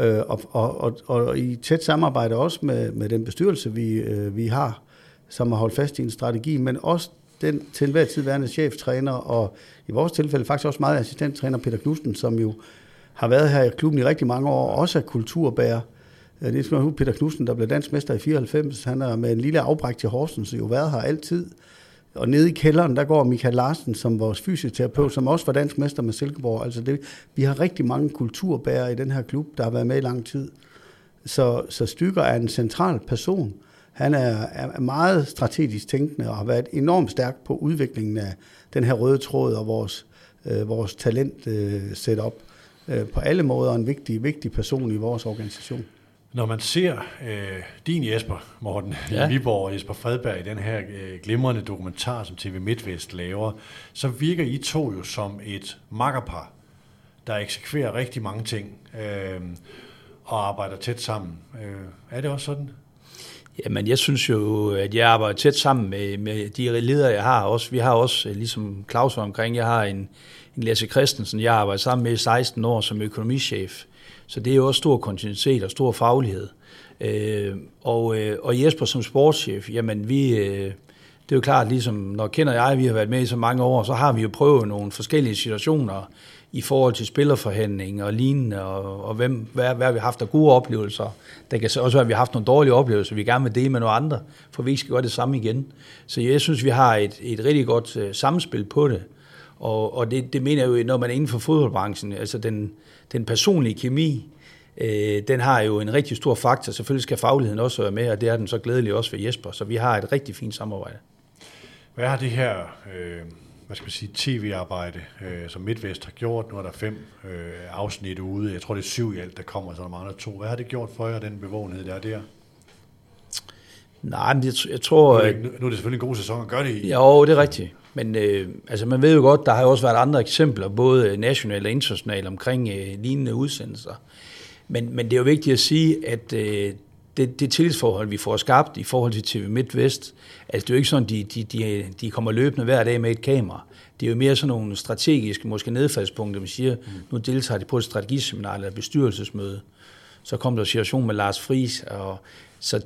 og i tæt samarbejde også med den bestyrelse, vi har, som har holdt fast i en strategi, men også den til enhver tid værende cheftræner, og i vores tilfælde faktisk også meget assistenttræner Peter Knudsen, som jo har været her i klubben i rigtig mange år, også er kulturbærer. Det skal man huske, Peter Knudsen, der blev dansk mester i 94, han er med en lille afbræk til Horsens, jo været her altid. Og nede i kælderen, der går Michael Larsen som vores fysioterapeut, som også var dansk mester med Silkeborg. Altså vi har rigtig mange kulturbærere i den her klub, der har været med i lang tid. Så Stygger er en central person. Han er meget strategisk tænkende og har været enormt stærk på udviklingen af den her røde tråd og vores talent setup. På alle måder en vigtig person i vores organisation. Når man ser din Jesper, Morten, i Viborg og Jesper Fredberg i den her glimrende dokumentar, som TV MidtVest laver, så virker I 2 jo som et makkerpar, der eksekverer rigtig mange ting og arbejder tæt sammen. Er det også sådan? Jamen, jeg synes jo, at jeg arbejder tæt sammen med de ledere, jeg har også. Vi har også, ligesom Claus var omkring, jeg har en Lasse Christensen, jeg arbejder sammen med i 16 år som økonomichef. Så det er jo også stor kontinuitet og stor faglighed. Og Jesper som sportschef, jamen det er jo klart, ligesom når Kender jeg, vi har været med i så mange år, så har vi jo prøvet nogle forskellige situationer i forhold til spillerforhandling og lignende, og hvad vi har haft af gode oplevelser. Der kan så også være, at vi har haft nogle dårlige oplevelser, vi gerne vil dele med nogle andre, for vi ikke skal gøre det samme igen. Så jeg synes, vi har et rigtig godt samspil på det. Og det mener jeg jo, når man er inden for fodboldbranchen, altså den personlige kemi, den har jo en rigtig stor faktor. Selvfølgelig skal fagligheden også være med, og det er den så glædelig også ved Jesper. Så vi har et rigtig fint samarbejde. Hvad har det her tv-arbejde, som MidtVest har gjort? Nu er der 5 afsnit ude. Jeg tror, det er 7 i alt, der kommer, så der mangler 2. Hvad har det gjort for jer, den bevågenhed, der er der? Nej, men jeg tror... Nu er det selvfølgelig en god sæson at gøre det i. Jo, det er rigtigt. Men man ved jo godt, der har jo også været andre eksempler, både nationalt og internationalt, omkring lignende udsendelser. Men det er jo vigtigt at sige, at det tillidsforhold, vi får skabt i forhold til TV MidtVest, altså det er jo ikke sådan, de kommer løbende hver dag med et kamera. Det er jo mere sådan nogle strategiske, måske nedfaldspunkter, man siger, nu deltager de på et strategiseminar eller et bestyrelsesmøde. Så kom der en situation med Lars Friis, og så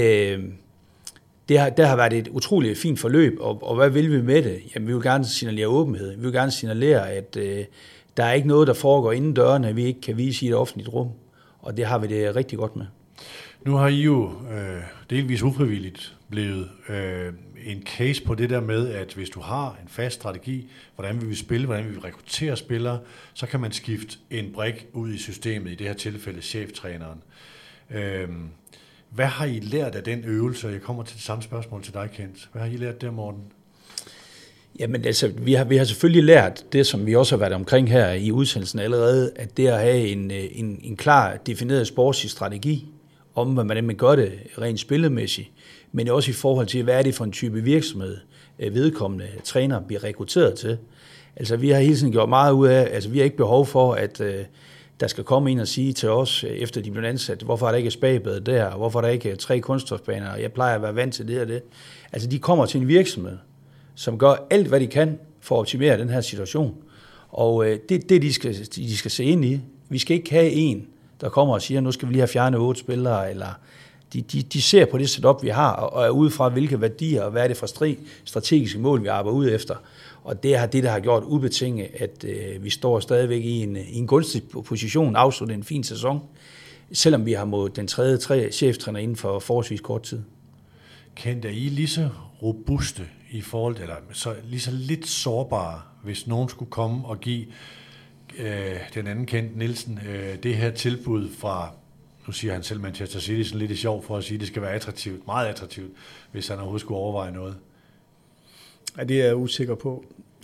der har været et utroligt fint forløb, og hvad vil vi med det? Jamen, vi vil gerne signalere åbenhed. Vi vil gerne signalere, at der er ikke noget, der foregår inden dørene, vi ikke kan vise i et offentligt rum. Og det har vi det rigtig godt med. Nu har I jo delvis ufrivilligt blevet en case på det der med, at hvis du har en fast strategi, hvordan vil vi spille, hvordan vil vi rekruttere spillere, så kan man skifte en brik ud i systemet, i det her tilfælde cheftræneren. Hvad har I lært af den øvelse? Jeg kommer til det samme spørgsmål til dig, Kent. Hvad har I lært der, Morten? Jamen altså, vi har selvfølgelig lært det, som vi også har været omkring her i udsendelsen allerede, at det at have en klar defineret sportslig strategi, om hvordan man gør det rent spillemæssigt, men også i forhold til, hvad er det for en type virksomhed, vedkommende træner bliver rekrutteret til. Altså, vi har hele tiden gjort meget ud af, altså vi har ikke behov for, at der skal komme en og sige til os, efter de bliver ansat, hvorfor er der ikke spagbad der, og hvorfor er der ikke 3 kunststofbaner, og jeg plejer at være vant til det og det. Altså, de kommer til en virksomhed, som gør alt, hvad de kan for at optimere den her situation. Og det de skal se ind i. Vi skal ikke have en, der kommer og siger, nu skal vi lige have fjernet 8 spillere, eller de ser på det setup, vi har, og er ude fra, hvilke værdier, og hvad er det for strategiske mål, vi arbejder ud efter. Og det er det, der har gjort ubetinget, at vi står stadigvæk i en gunstig position, afslutte en fin sæson, selvom vi har mod den tredje cheftræner inden for forholdsvis kort tid. Kent, er I lige så robuste i forhold til, eller så lige så lidt sårbare, hvis nogen skulle komme og give den anden Kent Nielsen det her tilbud fra, nu siger han selv Manchester City, sådan lidt i sjov for at sige, at det skal være attraktivt, meget attraktivt, hvis han overhovedet skulle overveje noget? Ja, det er jeg usikker på.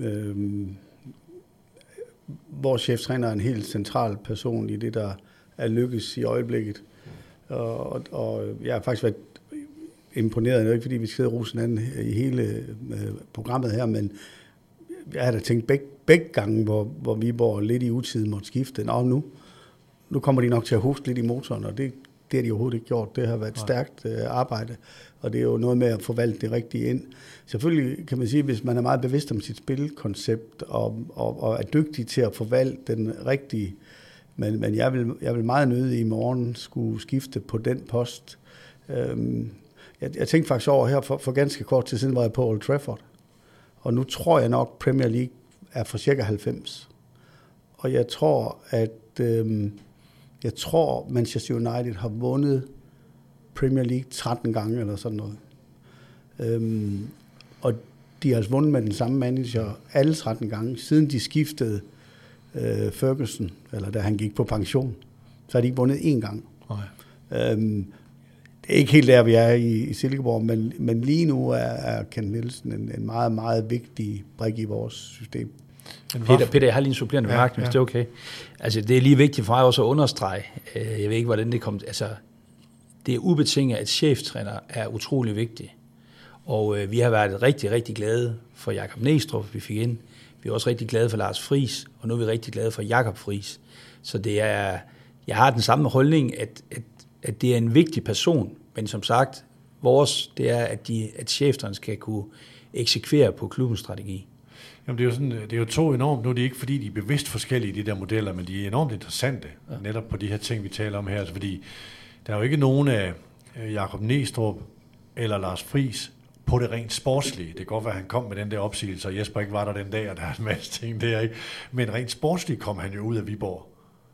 Vores cheftræner er en helt central person i det, der er lykkes i øjeblikket. Og jeg har faktisk været imponeret, ikke fordi vi skal rose hinanden i hele programmet her, men jeg har da tænkt begge gange, hvor Viborg lidt i utiden måtte skifte. Nu kommer de nok til at hoste lidt i motoren, og det har de overhovedet ikke gjort. Det har været et stærkt arbejde, og det er jo noget med at forvalte det rigtige ind. Selvfølgelig kan man sige, hvis man er meget bevidst om sit spilkoncept, og er dygtig til at forvalte den rigtige, men jeg vil meget nødig i morgen skulle skifte på den post. Jeg tænkte faktisk over her, for ganske kort tid siden var jeg på Old Trafford, og nu tror jeg nok, Premier League er fra cirka 90. Og jeg tror, Manchester United har vundet Premier League 13 gange eller sådan noget. Og de har altså vundet med den samme manager alle 13 gange, siden de skiftede Ferguson, eller da han gik på pension. Så har de ikke vundet 1 gang. Det er ikke helt der, vi er i Silkeborg, men lige nu er Kent Nielsen en meget, meget vigtig brik i vores system. Peter, jeg har lige en supplerende bemærkning, hvis det er okay. Altså, det er lige vigtigt for mig også at understrege. Jeg ved ikke, hvordan det kommer. Altså, det er ubetinget, at cheftræner er utrolig vigtig. Og vi har været rigtig, rigtig glade for Jakob Næstrup, vi fik ind. Vi er også rigtig glade for Lars Friis, og nu er vi rigtig glade for Jakob Friis. Så det er, jeg har den samme holdning, at det er en vigtig person, men som sagt, det er, at cheftræner skal kunne eksekvere på klubbens strategi. Jamen, det er jo 2 enormt, nu er det ikke fordi, de er bevidst forskellige, de der modeller, men de er enormt interessante, netop på de her ting, vi taler om her, altså, fordi der er jo ikke nogen af Jakob Næstrup eller Lars Friis på det rent sportslige. Det kan godt være, at han kom med den der opsigelse, og Jesper ikke var der den dag, og der er en masse ting der, ikke? Men rent sportsligt kom han jo ud af Viborg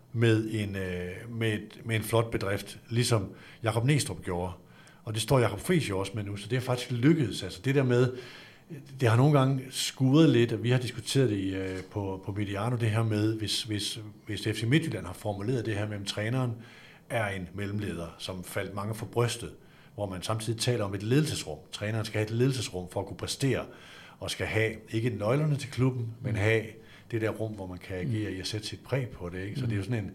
med en flot bedrift, ligesom Jakob Næstrup gjorde. Og det står Jakob Friis jo også med nu, så det er faktisk lykkedes. Altså det der med, det har nogle gange skuret lidt, og vi har diskuteret det på Mediano, det her med, hvis FC Midtjylland har formuleret det her med, at træneren er en mellemleder, som faldt mange for brystet, hvor man samtidig taler om et ledelsesrum. Træneren skal have et ledelsesrum for at kunne præstere, og skal have, ikke nøglerne til klubben, men have det der rum, hvor man kan agere i at sætte sit præg på det. Ikke? Så det er jo sådan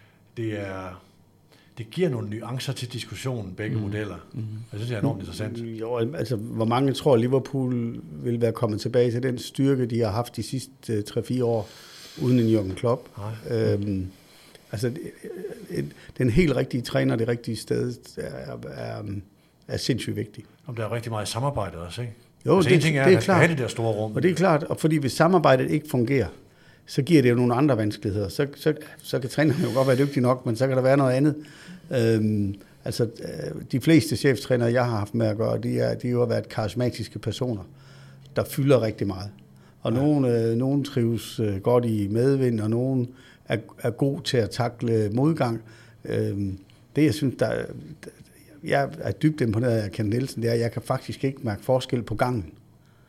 det giver nogle nuancer til diskussionen, begge modeller. Jeg synes, det er enormt interessant. Jo, altså, hvor mange tror, Liverpool vil være kommet tilbage til den styrke, de har haft de sidste 3-4 år, uden en Jürgen Klopp. Altså, den helt rigtige træner, det rigtige sted, er sindssygt vigtigt. Om der er rigtig meget samarbejde også, ikke? Jo, altså, det er klart. Have det der store rum. Og det er klart, og fordi hvis samarbejdet ikke fungerer, så giver det jo nogle andre vanskeligheder. Så kan trænerne jo godt være dygtige nok, men så kan der være noget andet. De fleste cheftrænere, jeg har haft med at gøre, de har jo været karismatiske personer, der fylder rigtig meget. Og nogen trives godt i medvind, og nogen er god til at takle modgang. Det, jeg synes, jeg er dybt imponeret af Kent Nielsen, det er, at jeg kan faktisk ikke mærke forskel på gangen.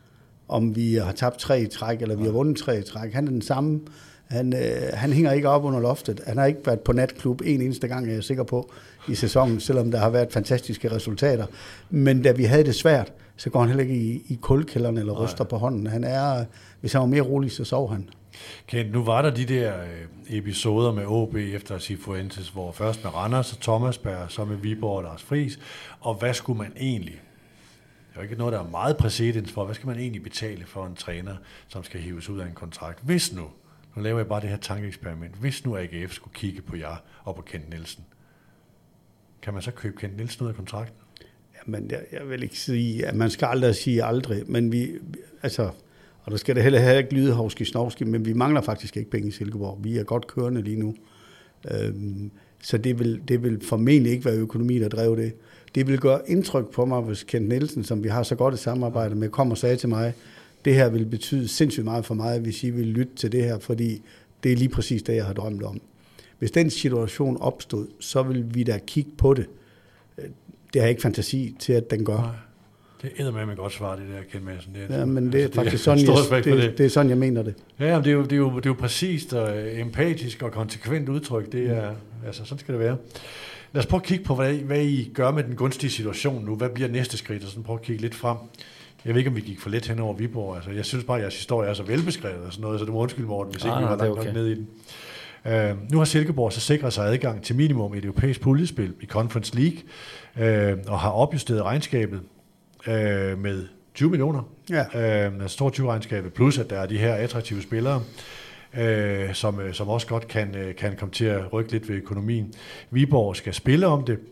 om vi har tabt 3 i træk, eller vi har vundet 3 i træk. Han er den samme. Han hænger ikke op under loftet. Han har ikke været på natklub en eneste gang, jeg er sikker på, i sæsonen, selvom der har været fantastiske resultater. Men da vi havde det svært, så går han heller ikke i kulkælderen eller ryster på hånden. Hvis han var mere rolig, så sov han. Kent, nu var der de der episoder med OB efter Cifuentes, hvor først med Randers og Thomasberg, så med Viborg og Lars Friis. Og hvad skulle man egentlig? Det er jo ikke noget, der er meget præcedens for. Hvad skal man egentlig betale for en træner, som skal hives ud af en kontrakt? Hvis nu laver jeg bare det her tankeeksperiment, hvis nu AGF skulle kigge på jer og på Kent Nielsen, kan man så købe Kent Nielsen ud af kontrakten? Jamen, jeg vil ikke sige, at man skal aldrig sige aldrig, men og der skal det heller ikke lyde hovski-snovski, men vi mangler faktisk ikke penge i Silkeborg. Vi er godt kørende lige nu. Så det vil formentlig ikke være økonomi, der drev det. Det vil gøre indtryk på mig, hvis Kent Nielsen, som vi har så godt et samarbejde med, kom og sagde til mig, det her vil betyde sindssygt meget for mig, hvis I vil lytte til det her, fordi det er lige præcis det, jeg har drømt om. Hvis den situation opstod, så vil vi da kigge på det. Det har jeg ikke fantasi til, at den gør. Nej. Det er eddermame godt svar, det der, Kent Madsen. Ja, men det er faktisk det er sådan, jeg mener det. Ja, men det er jo præcist og empatisk og konsekvent udtryk. Det er, sådan skal det være. Lad os prøve at kigge på, hvad I gør med den gunstige situation nu. Hvad bliver næste skridt? Og sådan prøve at kigge lidt frem. Jeg ved ikke, om vi gik for let hen over Viborg. Altså, jeg synes bare, at jeres historie er så velbeskrevet og sådan noget, så det må undskylde, Morten, hvis ikke vi var langt nok ned i den. Nu har Silkeborg så sikret sig adgang til minimum et europæisk puljespil i Conference League, og har opjusteret regnskabet med 20 millioner. Ja. Altså 22-regnskabet, plus at der er de her attraktive spillere, som også godt kan komme til at rykke lidt ved økonomien. Viborg skal spille om det,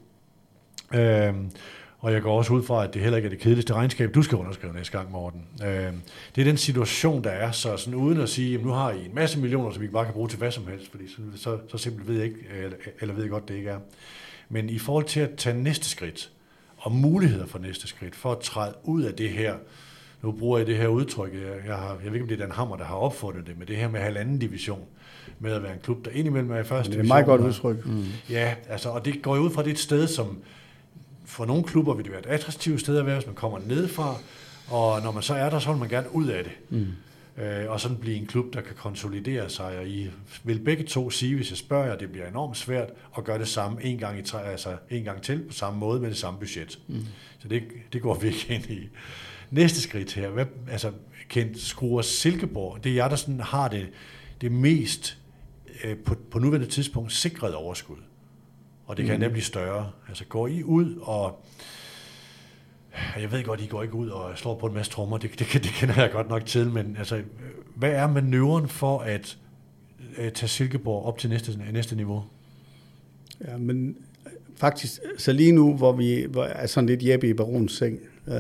og jeg går også ud fra, at det heller ikke er det kedeligste regnskab, du skal underskrive næste gang, Morten. Det er den situation, der er, så sådan, uden at sige, at nu har I en masse millioner, som I bare kan bruge til hvad som helst, fordi så simpelt ved jeg ikke, eller ved jeg godt, det ikke er. Men i forhold til at tage næste skridt, og muligheder for næste skridt, for at træde ud af det her, nu bruger jeg det her udtryk, jeg ved ikke, om det er Dan Hammer, der har opfundet det, men det her med 1,5 division, med at være en klub, der indimellem er i første division. Det er meget godt udtryk. Ja, altså, og det går jo ud fra, det er et sted, som for nogle klubber vil det være et attraktivt sted at være, hvis man kommer nedefra, og når man så er der, så vil man gerne ud af det. Og sådan blive en klub, der kan konsolidere sig, og I vil begge to sige, hvis jeg spørger jer, det bliver enormt svært at gøre det samme en gang til på samme måde med det samme budget. Så det går vi ikke ind i. Næste skridt her, Kent, skruer Silkeborg, det er jer, der sådan har det mest på nuværende tidspunkt sikret overskud. Og det kan endda blive større. Altså går I ud, og jeg ved godt, I går ikke ud og slår på en masse trommer, det kender jeg godt nok til, men altså, hvad er manøvren for at tage Silkeborg op til næste niveau? Ja, men faktisk, så lige nu, hvor vi er sådan lidt Jeppe i Barons seng,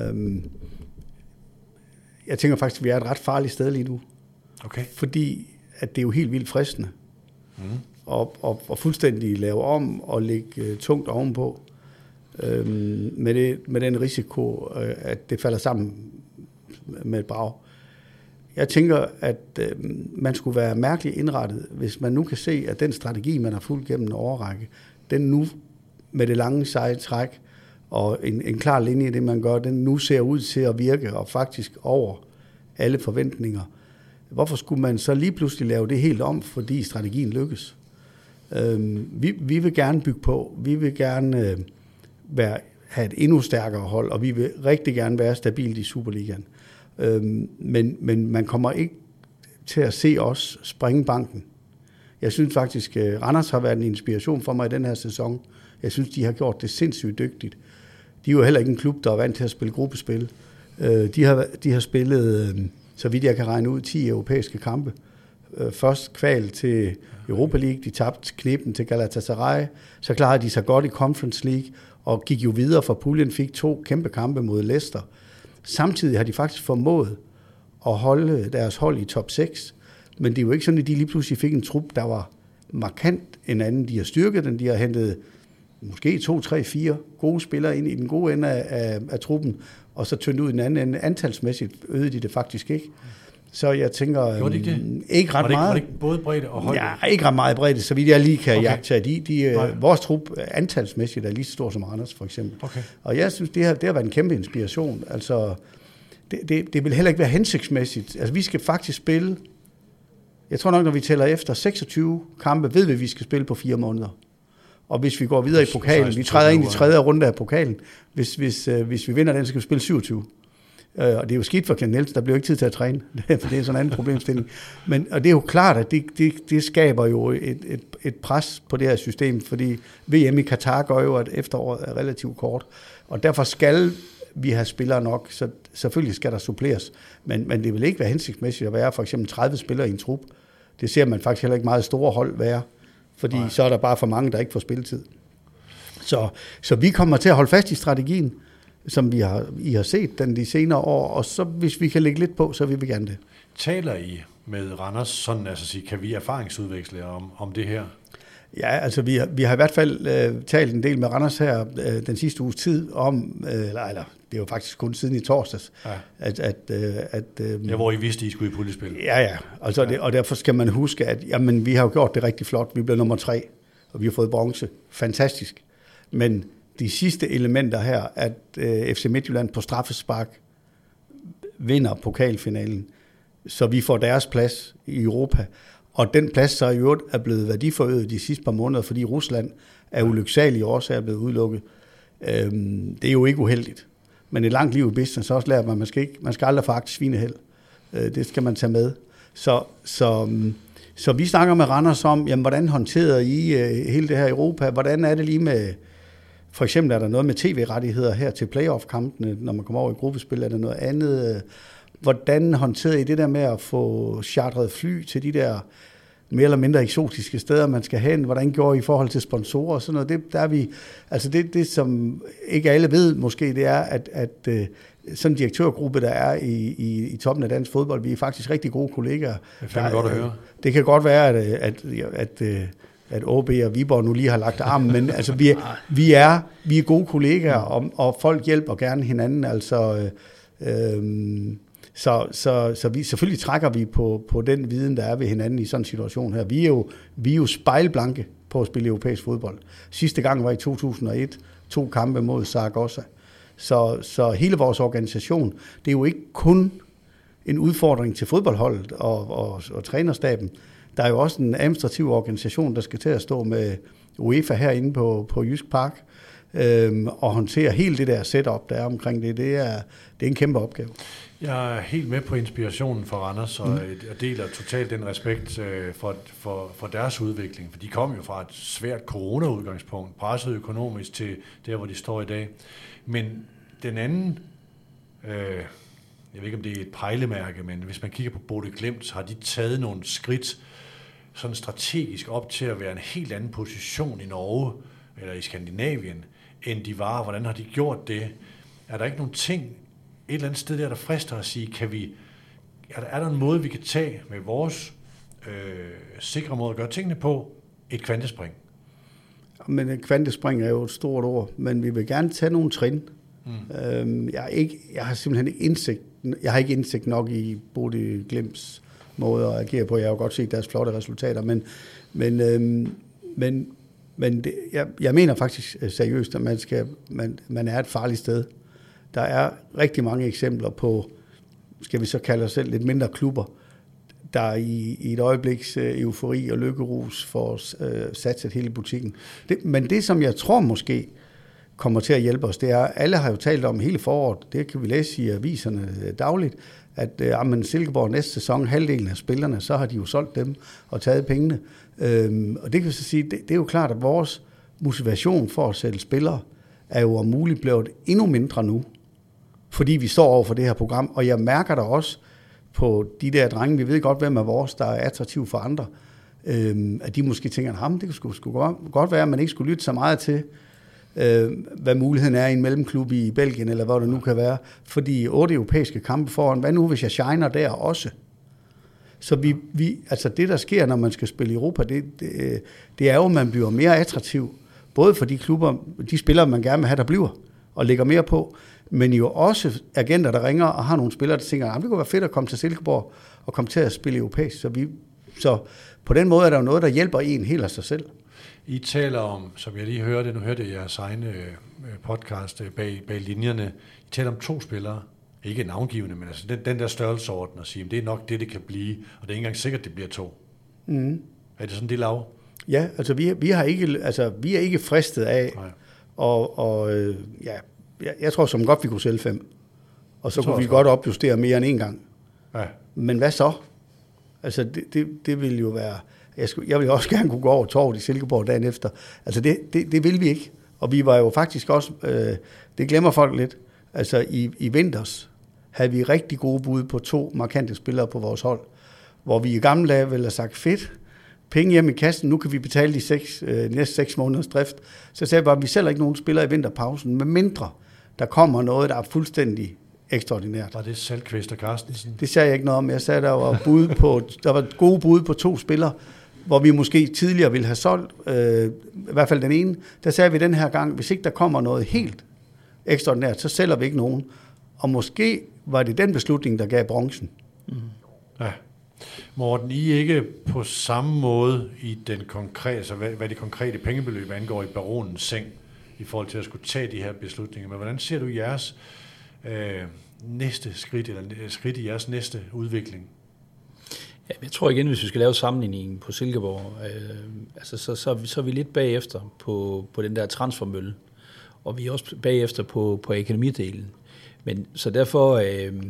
jeg tænker faktisk, at vi er et ret farligt sted lige nu. Okay. Fordi at det er jo helt vildt fristende. Og fuldstændig lave om og lægge tungt ovenpå. Med den risiko, at det falder sammen med et brag. Jeg tænker, at man skulle være mærkeligt indrettet, hvis man nu kan se, at den strategi, man har fulgt gennem en årrække, den nu med det lange seje træk og en klar linje i det, man gør, den nu ser ud til at virke og faktisk over alle forventninger. Hvorfor skulle man så lige pludselig lave det helt om, fordi strategien lykkes? Vi vil gerne bygge på, vi vil gerne have et endnu stærkere hold, og vi vil rigtig gerne være stabilt i Superligaen. Men man kommer ikke til at se os springe banken. Jeg synes faktisk, Randers har været en inspiration for mig i den her sæson. Jeg synes, de har gjort det sindssygt dygtigt. De er jo heller ikke en klub, der er vant til at spille gruppespil. De har spillet, så vidt jeg kan regne ud, 10 europæiske kampe. Først kval til Europa League, de tabte knepen til Galatasaray, så klarede de sig godt i Conference League, og gik jo videre fra puljen, fik 2 kæmpe kampe mod Leicester. Samtidig har de faktisk formået at holde deres hold i top 6, men det er jo ikke sådan, at de lige pludselig fik en trup, der var markant en anden. De har styrket den, de har hentet måske 2, 3, 4 gode spillere ind i den gode ende af truppen, og så tyndt ud i den anden ende. Antalsmæssigt øgede de det faktisk ikke. Så jeg tænker, ikke ret meget. Var det ikke både bredde og højde? Ja, ikke ret meget bredde, så vidt jeg lige kan jagtage. Vores trup antalsmæssigt er lige så stor som Randers, for eksempel. Okay. Og jeg synes, det har været en kæmpe inspiration. Altså, det vil heller ikke være hensigtsmæssigt. Altså, vi skal faktisk spille, jeg tror nok, når vi tæller efter 26 kampe, ved vi, at vi skal spille på 4 måneder. Og hvis vi går videre i pokalen, vi træder ind i 3. runde af pokalen, hvis vi vinder den, så skal vi spille 27. Og det er jo skidt for Ken Nielsen, der bliver jo ikke tid til at træne, for det er sådan en anden problemstilling. Og det er jo klart, at det skaber jo et pres på det her system, fordi VM i Katar gør jo, at efteråret er relativt kort. Og derfor skal vi have spillere nok, så selvfølgelig skal der suppleres. Men det vil ikke være hensigtsmæssigt at være for eksempel 30 spillere i en trup. Det ser man faktisk heller ikke meget store hold være, fordi så er der bare for mange, der ikke får spilletid. Så vi kommer til at holde fast i strategien, som I har set den de senere år, og så hvis vi kan lægge lidt på, så vil vi gerne det. Taler I med Randers sådan, altså kan vi erfaringsudveksle om det her? Ja, altså vi har i hvert fald talt en del med Randers her den sidste uges tid om, eller det er jo faktisk kun siden i torsdags, hvor I vidste, I skulle i puljespil. Ja, altså og derfor skal man huske, at jamen, vi har jo gjort det rigtig flot. Vi blev nummer 3, og vi har fået bronze. Fantastisk. Men de sidste elementer her, at FC Midtjylland på straffespark vinder pokalfinalen, så vi får deres plads i Europa. Og den plads så i øvrigt er blevet værdiforøget de sidste par måneder, fordi Rusland af ulyksalige årsager er blevet udelukket. Det er jo ikke uheldigt. Men et langt liv i business også lærer man skal aldrig foragte svineheld. Det skal man tage med. Så vi snakker med Randers om, jamen, hvordan håndterer I hele det her Europa? Hvordan er det lige med, for eksempel er der noget med tv-rettigheder her til playoff-kampene, når man kommer over i gruppespil, er der noget andet? Hvordan håndterer I det der med at få chartret fly til de der mere eller mindre eksotiske steder, man skal hen? Hvordan går I i forhold til sponsorer og sådan noget? Der er vi, altså det, som ikke alle ved måske, det er, at sådan en direktørgruppe, der er i toppen af dansk fodbold, vi er faktisk rigtig gode kollegaer. Det er fandme godt at høre. Det kan godt være, at OB og Viborg nu lige har lagt armen, men altså, vi er gode kollegaer, og folk hjælper gerne hinanden, altså... Så vi, selvfølgelig trækker vi på den viden, der er ved hinanden i sådan en situation her. Vi er jo spejlblanke på at spille europæisk fodbold. Sidste gang var i 2001, 2 kampe mod Zaragoza. Så hele vores organisation, det er jo ikke kun en udfordring til fodboldholdet og trænerstaben. Der er jo også en administrativ organisation, der skal til at stå med UEFA herinde på Jysk Park og håndtere hele det der setup, der er omkring det. Det er en kæmpe opgave. Jeg er helt med på inspirationen for Randers, og jeg deler totalt den respekt for deres udvikling, for de kom jo fra et svært corona-udgangspunkt, presset økonomisk til der, hvor de står i dag. Men den anden, jeg ved ikke, om det er et pejlemærke, men hvis man kigger på Bodø Glimt, så har de taget nogle skridt sådan strategisk op til at være en helt anden position i Norge, eller i Skandinavien, end de var. Hvordan har de gjort det? Er der ikke nogen ting, et eller andet sted der frister at sige, er der en måde, vi kan tage med vores sikre måde at gøre tingene på, et kvantespring? Men et kvantespring er jo et stort ord, men vi vil gerne tage nogle trin. Jeg har simpelthen ikke indsigt nok i Bodø Glimts måde at agere på. Jeg har jo godt set deres flotte resultater, men jeg mener faktisk seriøst, at man er et farligt sted. Der er rigtig mange eksempler på, skal vi så kalde os selv, lidt mindre klubber, der i et øjebliks eufori og lykkerus får satset hele butikken. Men det, som jeg tror måske kommer til at hjælpe os, det er, alle har jo talt om hele foråret, det kan vi læse i aviserne dagligt, at Silkeborg næste sæson, halvdelen af spillerne, så har de jo solgt dem og taget pengene. Og det kan så sige, det er jo klart, at vores motivation for at sælge spillere er jo om muligt blevet endnu mindre nu, fordi vi står over for det her program, og jeg mærker der også på de der drenge, vi ved godt, hvem er vores, der er attraktiv for andre, at de måske tænker, at det skulle godt være, at man ikke skulle lytte så meget til, hvad muligheden er i en mellemklub i Belgien, eller hvad det nu kan være, fordi 8 europæiske kampe foran, hvad nu hvis jeg shiner der også? Så altså det, der sker, når man skal spille i Europa, det er jo, at man bliver mere attraktiv, både for de klubber, de spillere, man gerne vil have, der bliver, og lægger mere på, men jo også agenter, der ringer og har nogle spillere, der tænker, det kunne være fedt at komme til Silkeborg og komme til at spille europæisk. Så på den måde er der jo noget, der hjælper en helt af sig selv. I taler om, som jeg lige hørte, nu hørte jeg jeres egen podcast bag linjerne, I taler om 2 spillere, ikke navngivende, men altså den der størrelsesorden og sige, det er nok det kan blive, og det er ikke engang sikkert, det bliver 2. Mm. Er det sådan, det lav? Ja, altså vi er ikke fristet af, jeg tror som godt, vi kunne sælge 5, og så kunne vi godt opjustere mere end en gang. Ja. Men hvad så? Altså det vil jo være, jeg vil også gerne kunne gå over torvet i Silkeborg dagen efter. Altså det vil vi ikke. Og vi var jo faktisk også, det glemmer folk lidt, altså i vinters havde vi rigtig gode bud på 2 markante spillere på vores hold, hvor vi i gamle dage ville have sagt, fedt, penge hjem i kassen, nu kan vi betale de næste 6 måneders drift. Så sagde jeg bare, at vi sælger ikke nogen spillere i vinterpausen, med mindre der kommer noget, der er fuldstændig ekstraordinært. Var det Salkvist og Carstensen? Det sagde jeg ikke noget om. Jeg sagde, der var gode bud på 2 spillere, hvor vi måske tidligere ville have solgt, i hvert fald den ene. Der sagde vi den her gang, hvis ikke der kommer noget helt ekstraordinært, så sælger vi ikke nogen. Og måske var det den beslutning, der gav bronzen. Mm. Ja. Morten, I ikke på samme måde i den konkrete, altså hvad det konkrete pengebeløb angår i baronens seng, i forhold til at skulle tage de her beslutninger. Men hvordan ser du jeres næste skridt, eller skridt i jeres næste udvikling? Ja, jeg tror igen, hvis vi skal lave sammenligningen på Silkeborg, så er vi lidt bagefter på den der transfermølle, og vi er også bagefter på akademidelen. Men så derfor...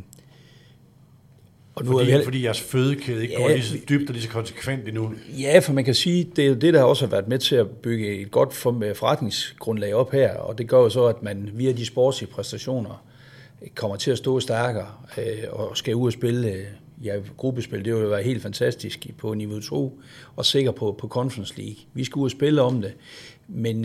Fordi jeres fødekæde ikke går lige så dybt og lige så konsekvent endnu. Ja, for man kan sige, det er jo det, der også har været med til at bygge et godt forretningsgrundlag op her, og det gør jo så, at man via de sportslige præstationer kommer til at stå stærkere og skal ud og spille. Gruppespil, det vil jo være helt fantastisk på niveau 2 og sikker på Conference League. Vi skal ud og spille om det, men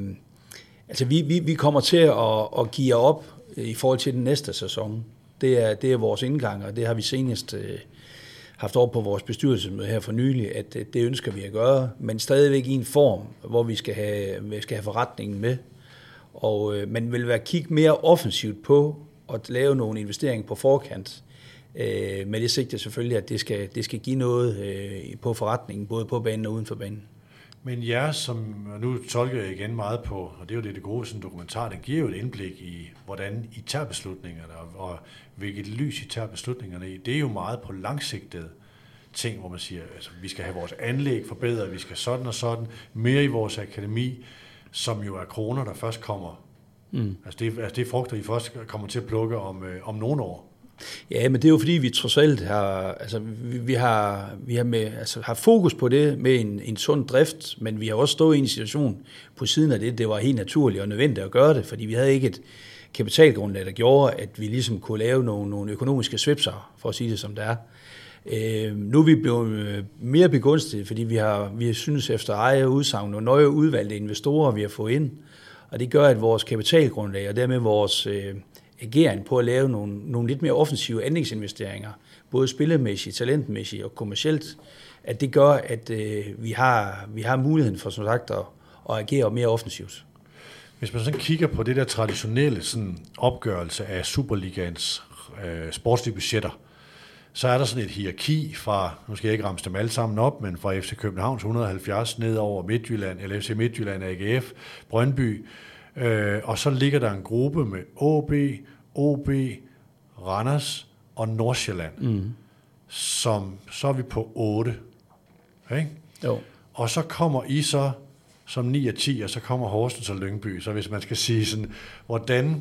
vi kommer til at give op i forhold til den næste sæson. Det er vores indgang, og det har vi senest haft over på vores bestyrelsesmøde her for nylig, at det ønsker vi at gøre, men stadigvæk i en form, hvor vi skal have forretningen med. Og man vil kigge mere offensivt på at lave nogle investeringer på forkant, med det sigte selvfølgelig, at det skal give noget på forretningen, både på banen og uden for banen. Men jer, som nu tolker jeg igen meget på, og det er jo det gode sådan dokumentar, den giver jo et indblik i, hvordan I tager beslutningerne, og hvilket lys I tager beslutningerne i. Det er jo meget på langsigtede ting, hvor man siger, altså, vi skal have vores anlæg forbedret, vi skal sådan og sådan, mere i vores akademi, som jo er kroner, der først kommer. Mm. Altså det er frugter, I først kommer til at plukke om nogle år. Ja, men det er jo fordi, vi trods alt har fokus på det med en sund drift, men vi har også stået i en situation på siden af det var helt naturligt og nødvendigt at gøre det, fordi vi havde ikke et kapitalgrundlag, der gjorde, at vi ligesom kunne lave nogle økonomiske svipser, for at sige det som det er. Nu er vi blevet mere begunstiget, fordi vi synes efter eget udsagn nogle nøje udvalgte investorer, vi har fået ind, og det gør, at vores kapitalgrundlag og dermed vores ageren på at lave nogle lidt mere offensive anlægsinvesteringer, både spillemæssigt, talentmæssigt og kommercielt, at det gør, at vi har muligheden for, som sagt, at agere mere offensivt. Hvis man sådan kigger på det der traditionelle sådan opgørelse af Superligaens sportslige budgetter, så er der sådan et hierarki fra, nu skal jeg ikke ramse dem alle sammen op, men fra FC Københavns 170 ned over Midtjylland, eller FC Midtjylland, AGF, Brøndby, og så ligger der en gruppe med AB, OB, Randers og Nordsjælland, som så er vi på 8. Okay? Jo. Og så kommer I så som 9 og 10, og så kommer Horsens og Lyngby. Så hvis man skal sige sådan, hvordan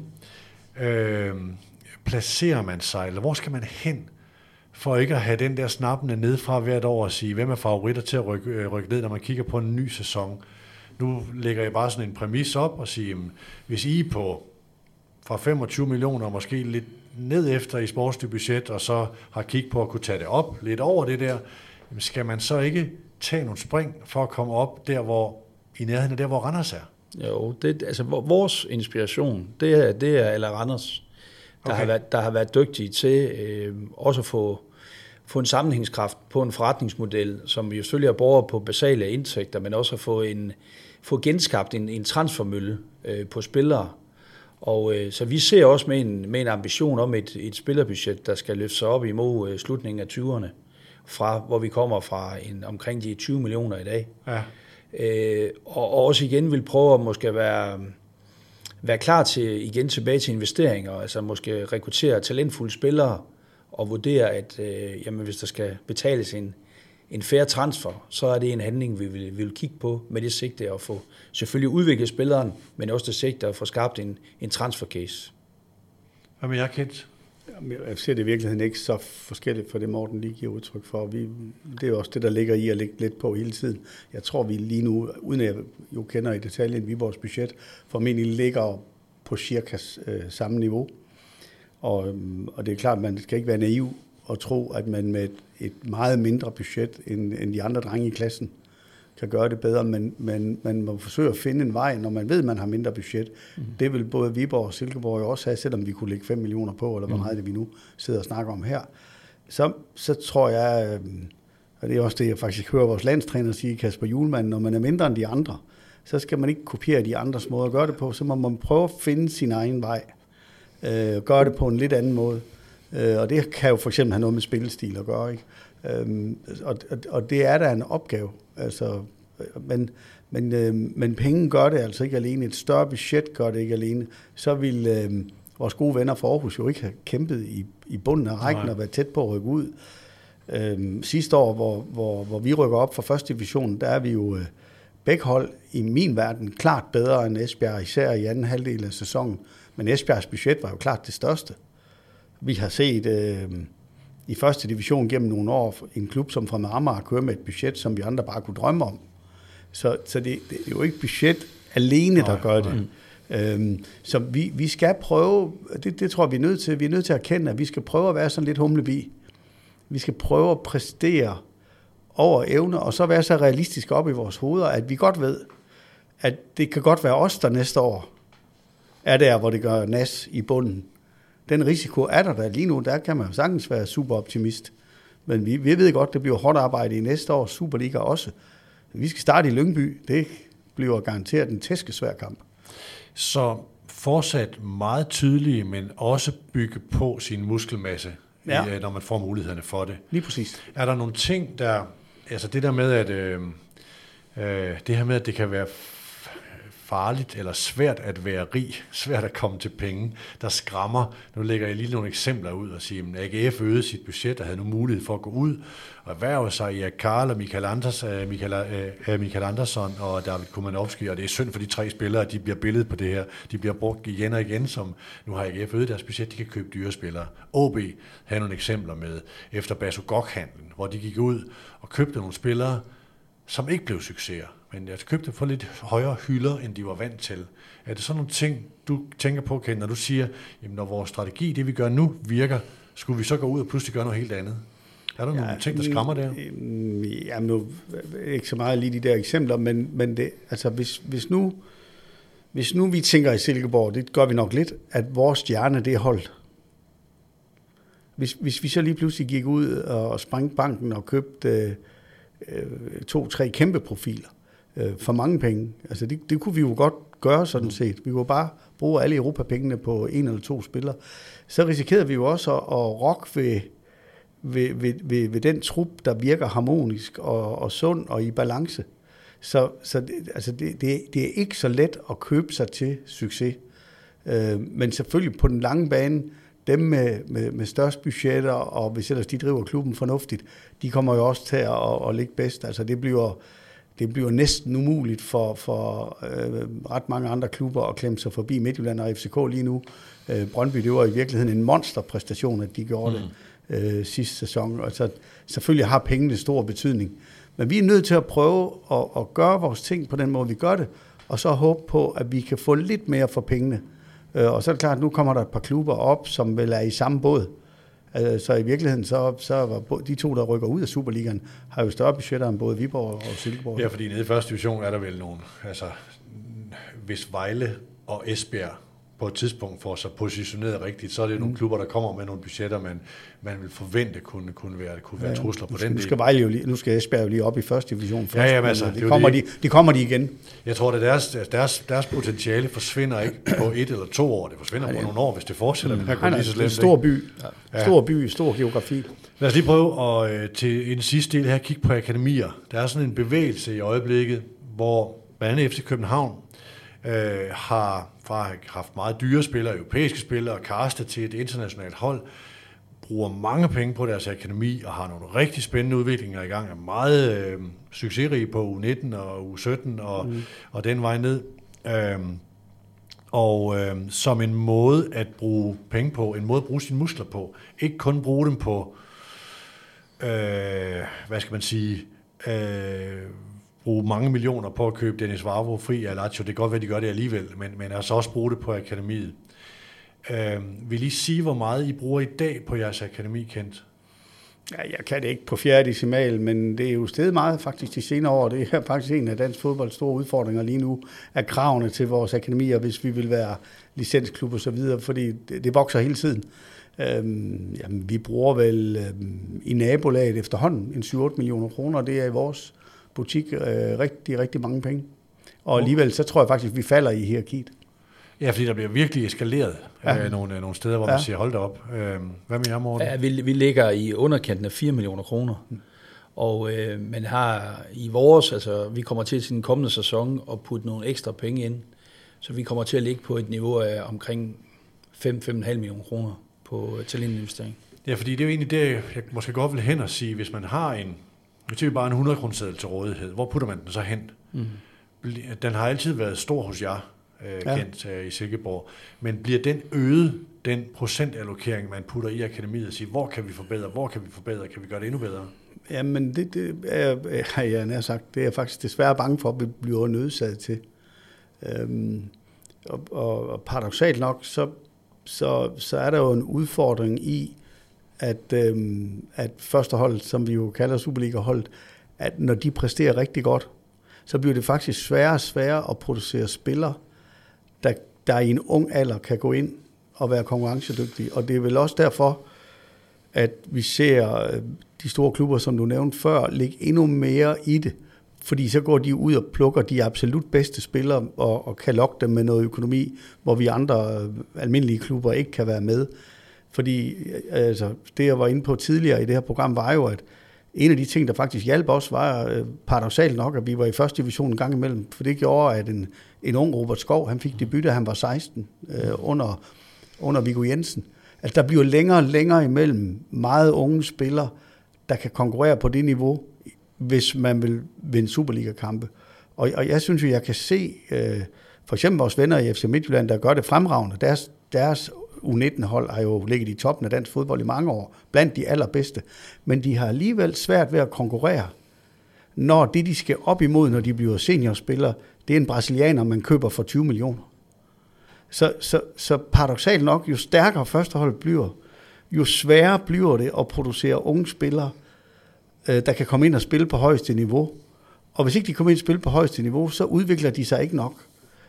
placerer man sig, eller hvor skal man hen, for ikke at have den der snappende ned fra hvert år og sige, hvem er favoritter til at rykke ned, når man kigger på en ny sæson. Nu lægger jeg bare sådan en præmis op og siger, hvis I er på fra 25 millioner, måske lidt ned efter i sportsligt budget, og så har kigget på at kunne tage det op lidt over det der, skal man så ikke tage nogle spring for at komme op der, hvor i nærheden af der, hvor Randers er? Jo, vores inspiration, det er eller Randers, der har været dygtige til også at få en sammenhængskraft på en forretningsmodel, som jo selvfølgelig er borger på basale indtægter, men også at få genskabt en transfermølle på spillere. Og så vi ser også med en ambition om et spillerbudget, der skal løfte sig op imod slutningen af 20'erne, fra hvor vi kommer fra omkring de 20 millioner i dag. Ja. Og også igen vil prøve at måske være klar til igen tilbage til investeringer, altså måske rekruttere talentfulde spillere, og vurdere, at jamen, hvis der skal betales en fair transfer, så er det en handling, vi vil kigge på med det sigte at få selvfølgelig udviklet spilleren, men også det sigte at få skabt en transfer case. Hvad med jer, Kent? Jeg ser det i virkeligheden ikke så forskelligt for det, Morten lige giver udtryk for. Det er jo også det, der ligger i at lægge lidt på hele tiden. Jeg tror, vi lige nu, uden at jeg jo kender i detaljen Viborgs budget, formentlig ligger på cirka samme niveau. Og det er klart, at man skal ikke være naiv og tro, at man med et meget mindre budget end de andre drenge i klassen kan gøre det bedre, men man må forsøge at finde en vej, når man ved, at man har mindre budget. Det vil både Viborg og Silkeborg jo også have, selvom vi kunne lægge 5 millioner på, eller hvor meget det vi nu sidder og snakker om her. Så tror jeg, og det er også det, jeg faktisk hører vores landstræner sige, Kasper Hjulmand, når man er mindre end de andre, så skal man ikke kopiere de andres måde at gøre det på, så må man prøve at finde sin egen vej. Gøre det på en lidt anden måde. Og det kan jo for eksempel have noget med spillestil at gøre, ikke? Og det er da en opgave. Altså, men penge gør det altså ikke alene. Et større budget gør det ikke alene. Så vil vores gode venner fra Aarhus jo ikke have kæmpet i bunden af rækken og været tæt på at rykke ud. Sidste år, hvor vi rykker op fra første division, der er vi jo begge hold i min verden klart bedre end Esbjerg, især i anden halvdel af sæsonen. Men Esbjergs budget var jo klart det største. Vi har set i første division gennem nogle år en klub som fra Amager kører med et budget, som vi andre bare kunne drømme om. Så det er jo ikke budget alene, der gør det. Så vi skal prøve, det tror jeg, vi er nødt til. Vi er nødt til at erkende, at vi skal prøve at være sådan lidt humlebi. Vi skal prøve at præstere over evne, og så være så realistiske op i vores hoveder, at vi godt ved, at det kan godt være os, der næste år er der, hvor det gør nas i bunden. Den risiko er der lige nu, der kan man jo sagtens være super optimist. Men vi ved godt, det bliver hårdt arbejde i næste års Superliga også. Vi skal starte i Lyngby, det bliver garanteret en tæskesvær kamp. Så fortsat meget tydelige, men også bygge på sin muskelmasse, når man får mulighederne for det. Lige præcis. Er der nogle ting, der, altså det der med, at det her med, at det kan være farligt eller svært at være rig, svært at komme til penge, der skræmmer. Nu lægger jeg lige nogle eksempler ud og siger, at AGF øgede sit budget og havde nu mulighed for at gå ud og erhverve sig i Karl og Michael Andersson og David Kumanovski, og det er synd for de 3 spillere, at de bliver billedet på det her. De bliver brugt igen og igen, som nu har AGF øget deres budget, de kan købe dyre spillere. OB havde nogle eksempler med efter Basu Gok-handlen, hvor de gik ud og købte nogle spillere, som ikke blev succeser. Men jeg købte for lidt højere hylder, end de var vant til. Er det sådan nogle ting, du tænker på, Ken, når du siger, jamen når vores strategi, det vi gør nu, virker, skulle vi så gå ud og pludselig gøre noget helt andet? Er der nogle ting, der skræmmer der? Jamen nu ikke så meget lige de der eksempler, men det, altså hvis nu vi tænker i Silkeborg, det gør vi nok lidt, at vores stjerne, det er holdt. Hvis vi så lige pludselig gik ud og sprang banken og købte 2-3 kæmpe profiler, for mange penge. Altså det kunne vi jo godt gøre sådan set. Vi kunne bare bruge alle Europa-pengene på 1 eller 2 spillere. Så risikerede vi jo også at rokke ved den trup, der virker harmonisk og sund og i balance. Så det er ikke så let at købe sig til succes. Men selvfølgelig på den lange bane, dem med størst budgetter, og hvis ellers de driver klubben fornuftigt, de kommer jo også til at ligge bedst. Altså det bliver næsten umuligt for ret mange andre klubber at klemme sig forbi Midtjylland og FCK lige nu. Brøndby, det var i virkeligheden en monsterpræstation, at de gjorde det sidste sæson. Altså, selvfølgelig har pengene stor betydning. Men vi er nødt til at prøve at gøre vores ting på den måde, vi gør det, og så håbe på, at vi kan få lidt mere for pengene. Og så er det klart, at nu kommer der et par klubber op, som vel er i samme båd. Så i virkeligheden, så var de 2, der rykker ud af Superligaen, har jo større budgetter end både Viborg og Silkeborg. Ja, fordi nede i første division er der vel nogen, altså hvis Vejle og Esbjerg på et tidspunkt får sig positioneret rigtigt, så er det nogle klubber, der kommer med nogle budgetter, man vil forvente kunne være trusler på den del. Nu skal Esbjerg jo lige op i første division først. Ja, altså, det kommer de igen. Jeg tror, at deres potentiale forsvinder ikke på 1 eller 2 år. Det forsvinder på nogle år, hvis det fortsætter. En stor by, stor by, stor geografi. Lad os lige prøve at til en sidste del her kigge på akademier. Der er sådan en bevægelse i øjeblikket, hvor blandt andet FC København har fra at have haft meget dyre spillere, europæiske spillere, og castet til et internationalt hold, bruger mange penge på deres akademi, og har nogle rigtig spændende udviklinger i gang, er meget succesrige på U19 og U17 og den vej ned. Som en måde at bruge penge på, en måde at bruge sine muskler på, ikke kun bruge dem på, bruge mange millioner på at købe Dennis Vavro fri af Lazio. Det kan godt være, de gør det alligevel, men altså også bruge det på akademiet. Vil I sige, hvor meget I bruger i dag på jeres akademi, Kent? Ja, jeg kan det ikke på fjerde decimal, men det er jo steget meget faktisk de senere år. Det er faktisk en af dansk fodbolds store udfordringer lige nu, af kravene til vores akademier, hvis vi vil være licensklub og så videre, fordi det vokser hele tiden. Vi bruger vel i nabolaget efterhånden en 7-8 millioner kroner, det er i vores butik rigtig, rigtig mange penge. Og alligevel så tror jeg faktisk, vi falder i hierarkiet. Ja, fordi der bliver virkelig eskaleret nogle steder, hvor man siger, hold da op. Hvad med jer, Morten? Ja, vi ligger i underkanten af 4 millioner kroner. Og man har i vores, altså vi kommer til den kommende sæson at putte nogle ekstra penge ind. Så vi kommer til at ligge på et niveau af omkring 5,5 millioner kroner på talentinvestering. Ja, fordi det er jo egentlig det, jeg måske godt vil hen og sige, hvis man har bare en 100 kroneseddel til rådighed, hvor putter man den så hen? Den har altid været stor hos jer, Kent, i Silkeborg, men bliver den øget, den procentallokering, man putter i akademiet, og siger, hvor kan vi forbedre, kan vi gøre det endnu bedre? Jamen, det er jeg nær sagt, det er faktisk desværre bange for, at vi bliver nødsaget til. Og paradoksalt nok, så er der jo en udfordring i, at førsteholdet, som vi jo kalder Superliga-holdet, at når de præsterer rigtig godt, så bliver det faktisk sværere og sværere at producere spillere, der i en ung alder kan gå ind og være konkurrencedygtige. Og det er vel også derfor, at vi ser de store klubber, som du nævnte før, ligge endnu mere i det. Fordi så går de ud og plukker de absolut bedste spillere og kan lokke dem med noget økonomi, hvor vi andre almindelige klubber ikke kan være med. Fordi altså, det, jeg var inde på tidligere i det her program, var jo, at en af de ting, der faktisk hjalp os, var paradoksalt nok, at vi var i første division en gang imellem. For det gjorde, at en ung Robert Skov, han fik debut, da han var 16, under Viggo Jensen. Altså, der bliver længere og længere imellem meget unge spillere, der kan konkurrere på det niveau, hvis man vil vinde Superliga-kampe. Og jeg synes jo, jeg kan se, for eksempel vores venner i FC Midtjylland, der gør det fremragende. Deres U19-hold har jo ligget i toppen af dansk fodbold i mange år, blandt de allerbedste. Men de har alligevel svært ved at konkurrere, når det, de skal op imod, når de bliver seniorspillere, det er en brasilianer, man køber for 20 millioner. Så paradoksalt nok, jo stærkere førstehold bliver, jo sværere bliver det at producere unge spillere, der kan komme ind og spille på højeste niveau. Og hvis ikke de kommer ind og spille på højeste niveau, så udvikler de sig ikke nok.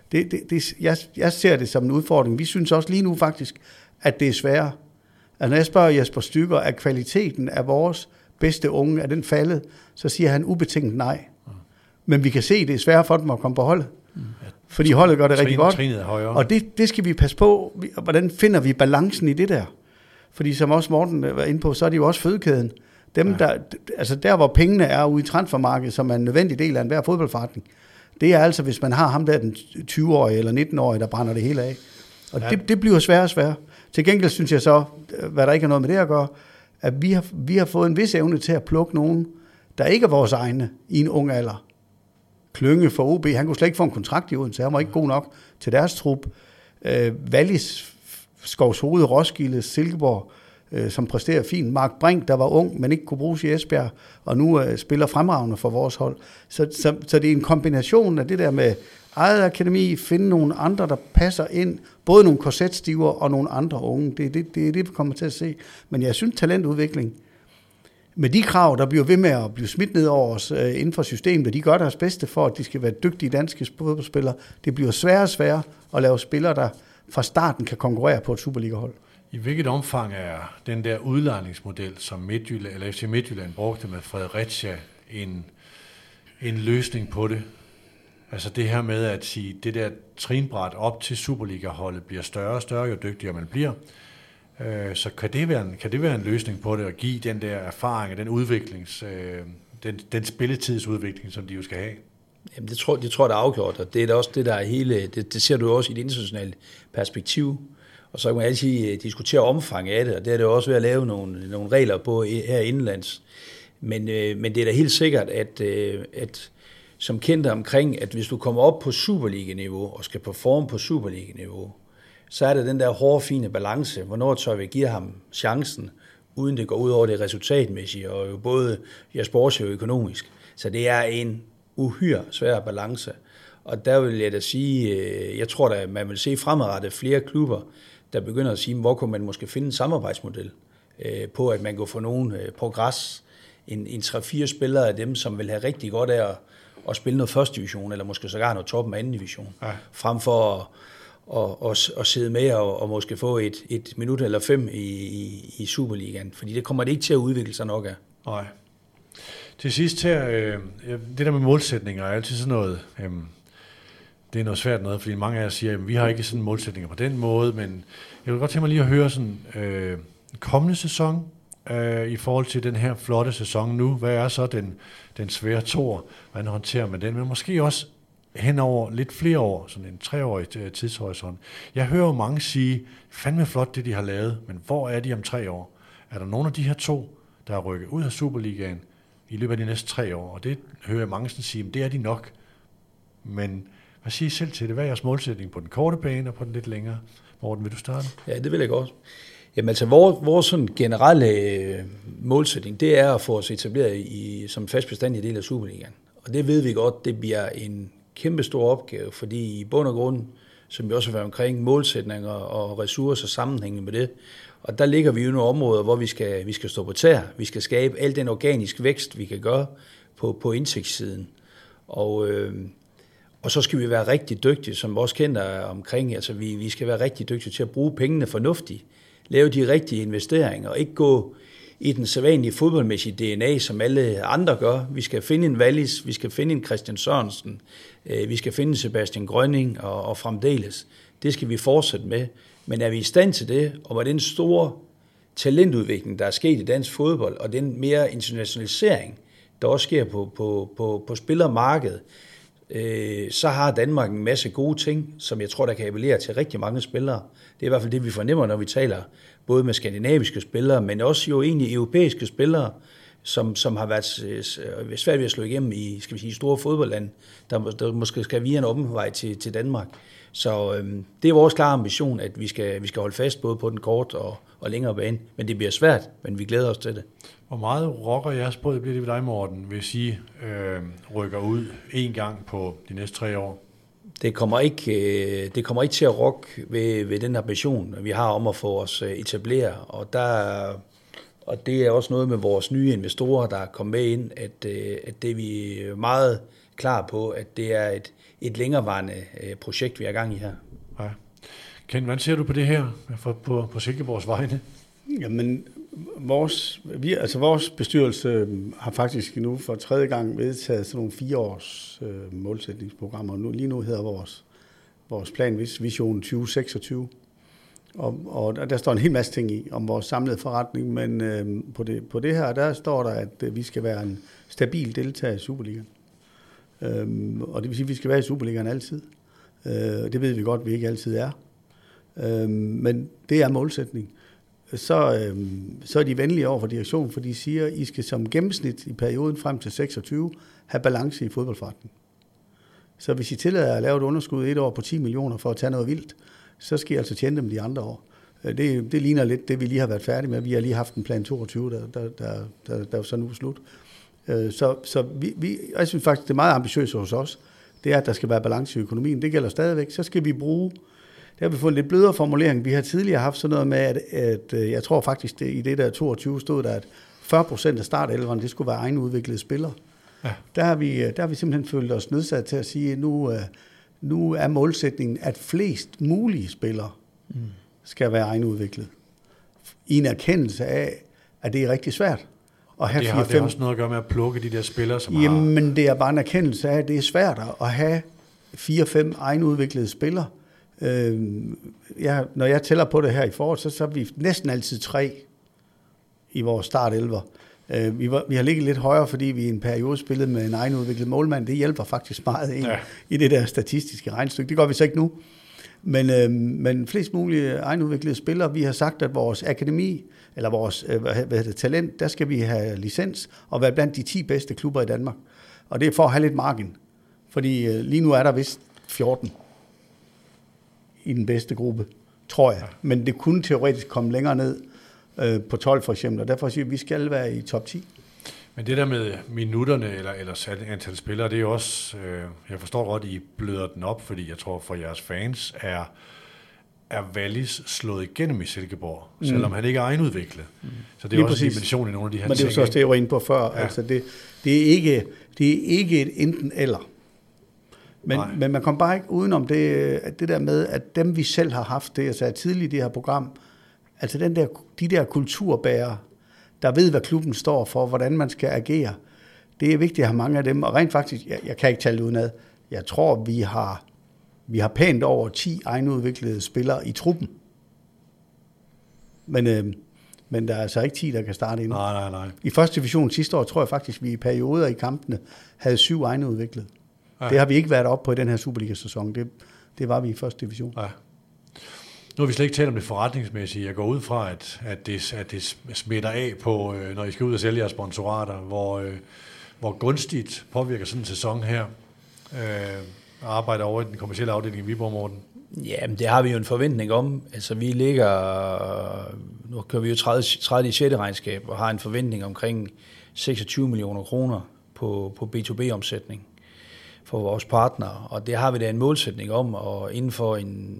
Jeg ser det som en udfordring. Vi synes også lige nu faktisk, at det er sværere. Altså, når jeg spørger Jesper Stygger, er kvaliteten af vores bedste unge, er den faldet, så siger han ubetinget nej. Men vi kan se, at det er sværere for dem at komme på holdet. Fordi holdet gør det rigtig godt. Og det skal vi passe på. Hvordan finder vi balancen i det der? Fordi som også Morten var inde på, så er det jo også fødekæden. Der hvor pengene er ude i transfermarkedet, som er en nødvendig del af enhver fodboldforretning, det er altså, hvis man har ham der, den 20-årige eller 19-årige, der brænder det hele af. Og det bliver sværere og sværere. Til gengæld synes jeg så, hvad der ikke har noget med det at gøre, at vi har fået en vis evne til at plukke nogen, der ikke er vores egne i en ung alder. Klynge for OB, han kunne slet ikke få en kontrakt i Odense, han var ikke god nok til deres trup. Wallis, Skovshoved, Roskilde, Silkeborg, som præsterer fint. Mark Brink, der var ung, men ikke kunne bruges i Esbjerg, og nu spiller fremragende for vores hold. Så det er en kombination af det der med eget akademi, finde nogle andre, der passer ind, både nogle korsetstiver og nogle andre unge. Det er det, vi kommer til at se. Men jeg synes, talentudvikling, med de krav, der bliver ved med at blive smidt ned over os inden for systemet, de gør deres bedste for, at de skal være dygtige danske fodboldspillere. Det bliver sværere og sværere at lave spillere, der fra starten kan konkurrere på et Superliga-hold. I hvilket omfang er den der udlejningsmodel, som FC Midtjylland brugte med Fredericia, en løsning på det? Altså det her med at sige, det der trinbræt op til Superliga-holdet bliver større og større, jo dygtigere man bliver. Så kan det være en løsning på det, at give den der erfaring, den udviklings, den spilletidsudvikling, som de jo skal have? Jamen, det tror jeg, der er afgjort, og det er da også det, der er hele, det ser du også i et internationalt perspektiv. Og så kan man altid diskutere omfanget af det, og det er det også ved at lave nogle regler på her indenlands. Men det er da helt sikkert, at som kendt omkring, at hvis du kommer op på Superliga-niveau og skal performe på Superliga-niveau, så er det den der hårde, fine balance. Hvornår tør vi give ham chancen, uden det går ud over det resultatmæssige, og jo både sportsligt og økonomisk. Så det er en uhyre svær balance. Og der vil jeg da sige, jeg tror da, man vil se fremadrettet flere klubber, der begynder at sige, hvor kunne man måske finde en samarbejdsmodel på, at man kan få nogen på græs, en 3-4 spillere af dem, som vil have rigtig godt af at spille noget første division, eller måske sågar noget toppen af anden division, frem for at sidde med og måske få et minut eller 5 i Superligaen, fordi det kommer det ikke til at udvikle sig nok af. Nej. Til sidst her, det der med målsætninger er altid sådan noget, det er noget svært noget, fordi mange af jer siger, at vi har ikke sådan målsætninger på den måde, men jeg vil godt tænke mig lige at høre sådan kommende sæson i forhold til den her flotte sæson nu. Hvad er så den svære toer? Hvordan håndterer man den? Men måske også hen over lidt flere år, sådan en 3-årig tidshorisont. Jeg hører jo mange sige, fandme flot det, de har lavet, men hvor er de om 3 år? Er der nogle af de her 2, der er rykket ud af Superligaen i løbet af de næste 3 år? Og det hører jeg mange sige, det er de nok. Men hvad siger I selv til det? Hvad er jeres målsætning på den korte bane og på den lidt længere? Morten, vil du starte? Ja, det vil jeg godt. Jamen altså, vores sådan generelle målsætning, det er at få os etableret som fast bestandig del af Superligaen. Og det ved vi godt, det bliver en kæmpe stor opgave, fordi i bund og grund, som vi også har været omkring, målsætninger og ressourcer sammenhængende med det. Og der ligger vi jo i nogle områder, hvor vi skal stå på tær. Vi skal skabe al den organisk vækst, vi kan gøre på indtægtssiden. Og så skal vi være rigtig dygtige, som også kender omkring. Altså vi skal være rigtig dygtige til at bruge pengene fornuftigt. Lave de rigtige investeringer og ikke gå i den sædvanlige fodboldmæssige DNA, som alle andre gør. Vi skal finde en Wallis, vi skal finde en Christian Sørensen, vi skal finde Sebastian Grønning og fremdeles. Det skal vi fortsætte med. Men er vi i stand til det, og med den store talentudvikling, der er sket i dansk fodbold, og den mere internationalisering, der også sker på spillermarkedet, så har Danmark en masse gode ting, som jeg tror, der kan appellere til rigtig mange spillere. Det er i hvert fald det, vi fornemmer, når vi taler både med skandinaviske spillere, men også jo egentlig europæiske spillere, som har været svært ved at slå igennem i, skal vi sige, store fodboldland, der måske skal via en omvej til Danmark. Så det er vores klare ambition, at vi skal holde fast både på den korte og længere bane. Men det bliver svært, men vi glæder os til det. Hvor meget rocker jeres båd bliver det ved dig, Morten, hvis I rykker ud en gang på de næste 3 år? Det kommer ikke til at rokke ved den ambition, vi har om at få os etableret. Og det er også noget med vores nye investorer, der er kommet med ind, at det vi er meget klar på, at det er et længerevarende projekt, vi er i gang i her. Ja. Ken, hvordan ser du på det her på Silkeborgs vegne? Jamen, vores bestyrelse har faktisk nu for 3. gang vedtaget sådan nogle 4-års målsætningsprogrammer. Lige nu hedder vores plan Vision 2026. Og der står en hel masse ting i om vores samlede forretning, men på det her, der står der, at vi skal være en stabil deltager i Superligaen. Og det vil sige, at vi skal være i Superligaen altid. Det ved vi godt, vi ikke altid er. Men det er målsætning. Så er de venlige over for direktionen, for de siger, at I skal som gennemsnit i perioden frem til 26 have balance i fodboldforretningen. Så hvis I tillader at lave et underskud 1 år på 10 millioner for at tage noget vildt, så skal I altså tjene dem de andre år. Det ligner lidt det, vi lige har været færdige med. Vi har lige haft en plan 22, der er så nu slut. Så jeg synes faktisk, det er meget ambitiøst hos os. Det er, at der skal være balance i økonomien. Det gælder stadigvæk. Så skal vi bruge, det har vi fået en lidt blødere formulering. Vi har tidligere haft sådan noget med, at jeg tror faktisk, i det der 22 stod der, at 40% af startelveren, det skulle være egenudviklede spillere. Ja. Der har vi simpelthen følt os nødsat til at sige, at nu er målsætningen, at flest mulige spillere skal være egenudviklet. I en erkendelse af, at det er rigtig svært. Og have det har også noget at gøre med at plukke de der spillere, som Jamen, det er bare en erkendelse af, at det er svært at have 4-5 egenudviklede spillere. Når jeg tæller på det her i foråret, så er vi næsten altid 3 i vores startelver. Vi har ligget lidt højere, fordi vi i en periode spillede med en egenudviklet målmand. Det hjælper faktisk meget i det der statistiske regnestykke. Det gør vi så ikke nu. Men flest mulige egenudviklede spillere, vi har sagt, at vores akademi, eller vores talent, der skal vi have licens og være blandt de 10 bedste klubber i Danmark. Og det er for at have lidt margin. Fordi lige nu er der vist 14 i den bedste gruppe, tror jeg. Men det kunne teoretisk komme længere ned på 12 for eksempel, og derfor siger vi, at vi skal være i top 10. Men det der med minutterne eller antal spillere, det er jo også, jeg forstår godt, I bløder den op, fordi jeg tror for jeres fans er Wallis slået igennem i Silkeborg, selvom han ikke er egenudviklet. Så det er også en dimension i nogle af de her ting. Men det er jo så også det, jeg var inde på før. Ja. Altså det er ikke et enten eller. Men man kommer bare ikke udenom det der med, at dem vi selv har haft, det jeg sagde tidligt i det her program, altså de der kulturbærere, der ved, hvad klubben står for, hvordan man skal agere, det er vigtigt at have mange af dem. Og rent faktisk, jeg kan ikke tale det udenad, jeg tror, vi har pænt over 10 egenudviklede spillere i truppen. Men der er altså ikke 10, der kan starte endnu. Nej. I første division sidste år, tror jeg faktisk, vi i perioder i kampene havde 7 egenudviklede. Ja. Det har vi ikke været oppe på i den her Superliga-sæson. Det var vi i første division. Ja. Nu har vi slet ikke talt om det forretningsmæssige. Jeg går ud fra, at det smitter af på, når I skal ud og sælge jeres sponsorater, hvor gunstigt påvirker sådan en sæson her. Arbejder over i den kommercielle afdeling i Viborg, Morten. Jamen, det har vi jo en forventning om. Altså, vi ligger, nu kører vi jo 30 i 6. regnskab, og har en forventning omkring 26 millioner kroner på B2B-omsætning for vores partnere. Og det har vi da en målsætning om, og inden for en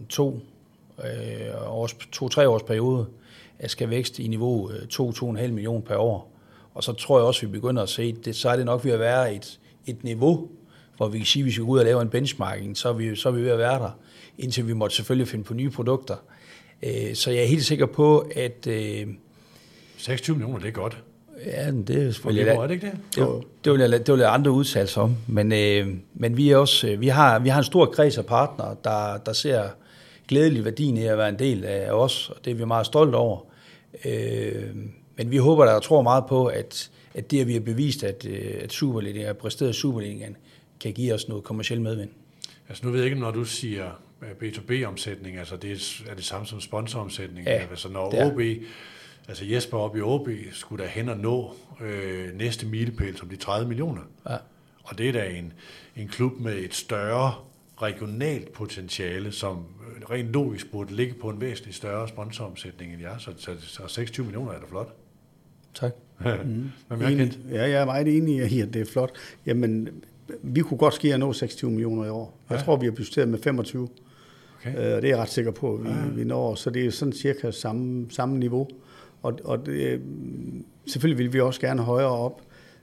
2-3 års periode, skal vækste i niveau 2-2,5 millioner per år. Og så tror jeg også, vi begynder at se, så er det nok ved at være et niveau, hvor vi kan sige, at hvis vi går ud og laver en benchmarking, så er vi ved at være der, indtil vi måtte selvfølgelig finde på nye produkter. Så jeg er helt sikker på, at 26 millioner, det er godt. Ja, det er selvfølgelig... Er det ikke det? Det vil jeg andre udtalelser om. Men vi er også, vi har en stor kreds af partnere, der ser glædelig værdien i at være en del af os, og det er vi meget stolte over. Men vi håber og tror meget på, at det, at vi har bevist, at Superligaen har præsteret Superligaen, kan give os noget kommerciel medvind. Altså nu ved jeg ikke, når du siger B2B-omsætning, altså det er det samme som sponsoromsætning. Ja, altså når OB, altså Jesper oppe i OB, skulle der hen og nå næste milepæl som de 30 millioner. Ja. Og det er da en klub med et større regionalt potentiale, som rent logisk burde ligge på en væsentlig større sponsoromsætning end jer. Så 26 millioner er da flot. Tak. Ja, jeg er meget enig i, at det er flot. Jamen, vi kunne godt ske at nå 26 millioner i år. Jeg tror, vi har budgetteret med 25. Okay. Og det er jeg ret sikker på, at vi når. Så det er sådan cirka samme niveau. Og det, selvfølgelig vil vi også gerne højere op.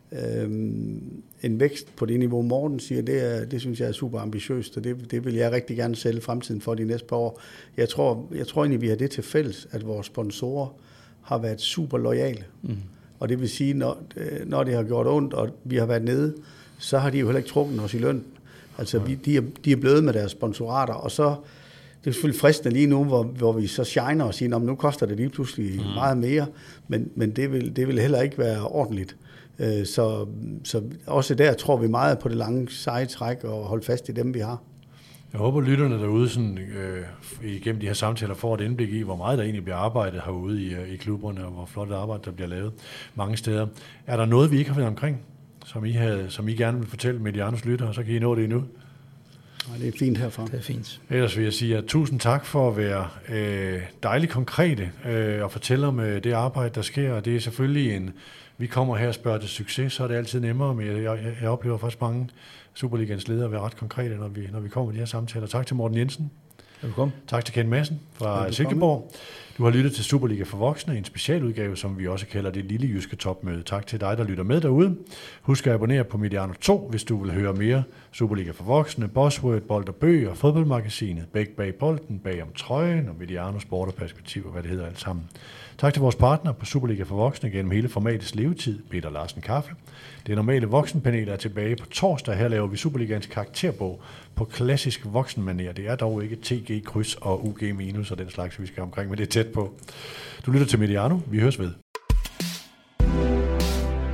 En vækst på det niveau, Morten siger, det synes jeg er super ambitiøst, og det vil jeg rigtig gerne sælge fremtiden for de næste par år. Jeg tror egentlig, vi har det til fælles, at vores sponsorer har været super loyale. Og det vil sige, når det har gjort ondt, og vi har været nede, så har de jo heller ikke trukket os i løn. Altså, de er blevet med deres sponsorater, og så det er selvfølgelig fristende lige nu, hvor vi så shiner og siger, nu koster det lige pludselig meget mere, men det vil heller ikke være ordentligt. Så også der tror vi meget på det lange seje træk og holde fast i dem, vi har. Jeg håber, lytterne derude sådan, igennem de her samtaler får et indblik i, hvor meget der egentlig bliver arbejdet herude i klubberne, og hvor flot arbejde der bliver lavet mange steder. Er der noget, vi ikke har været omkring, som I gerne vil fortælle Medianos lyttere, så kan I nå det endnu? Nej, det er fint herfra. Det er fint. Ellers vil jeg sige at tusind tak for at være dejligt konkrete og fortælle om det arbejde, der sker. Det er selvfølgelig vi kommer her og spørger til succes, så er det altid nemmere, men jeg oplever faktisk mange Superligaens ledere at være ret konkrete, når vi kommer med de her samtaler. Tak til Morten Jensen. Velkommen. Tak til Ken Madsen fra Silkeborg. Du har lyttet til Superliga for Voksne, en specialudgave, som vi også kalder det lille jyske topmøde. Tak til dig, der lytter med derude. Husk at abonnere på Mediano 2, hvis du vil høre mere Superliga for Voksne, Buzzword, Bold og Bøger, Fodboldmagasinet, Bæk bag bolden, Bag om trøjen og Mediano Sport og Perspektiv, og hvad det hedder alt sammen. Tak til vores partner på Superliga for Voksne gennem hele formatets levetid, Peter Larsen Kaffe. Det normale voksenpanel er tilbage på torsdag. Her laver vi Superligaens karakterbog på klassisk voksenmanér. Det er dog ikke TG, kryds og UG minus og den slags, vi skal omkring, men det er tæt på. Du lytter til Mediano. Vi høres ved.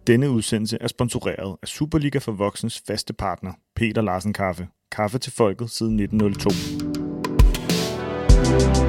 Denne udsendelse er sponsoreret af Superliga for Voksens faste partner, Peter Larsen Kaffe. Kaffe til folket siden 1902.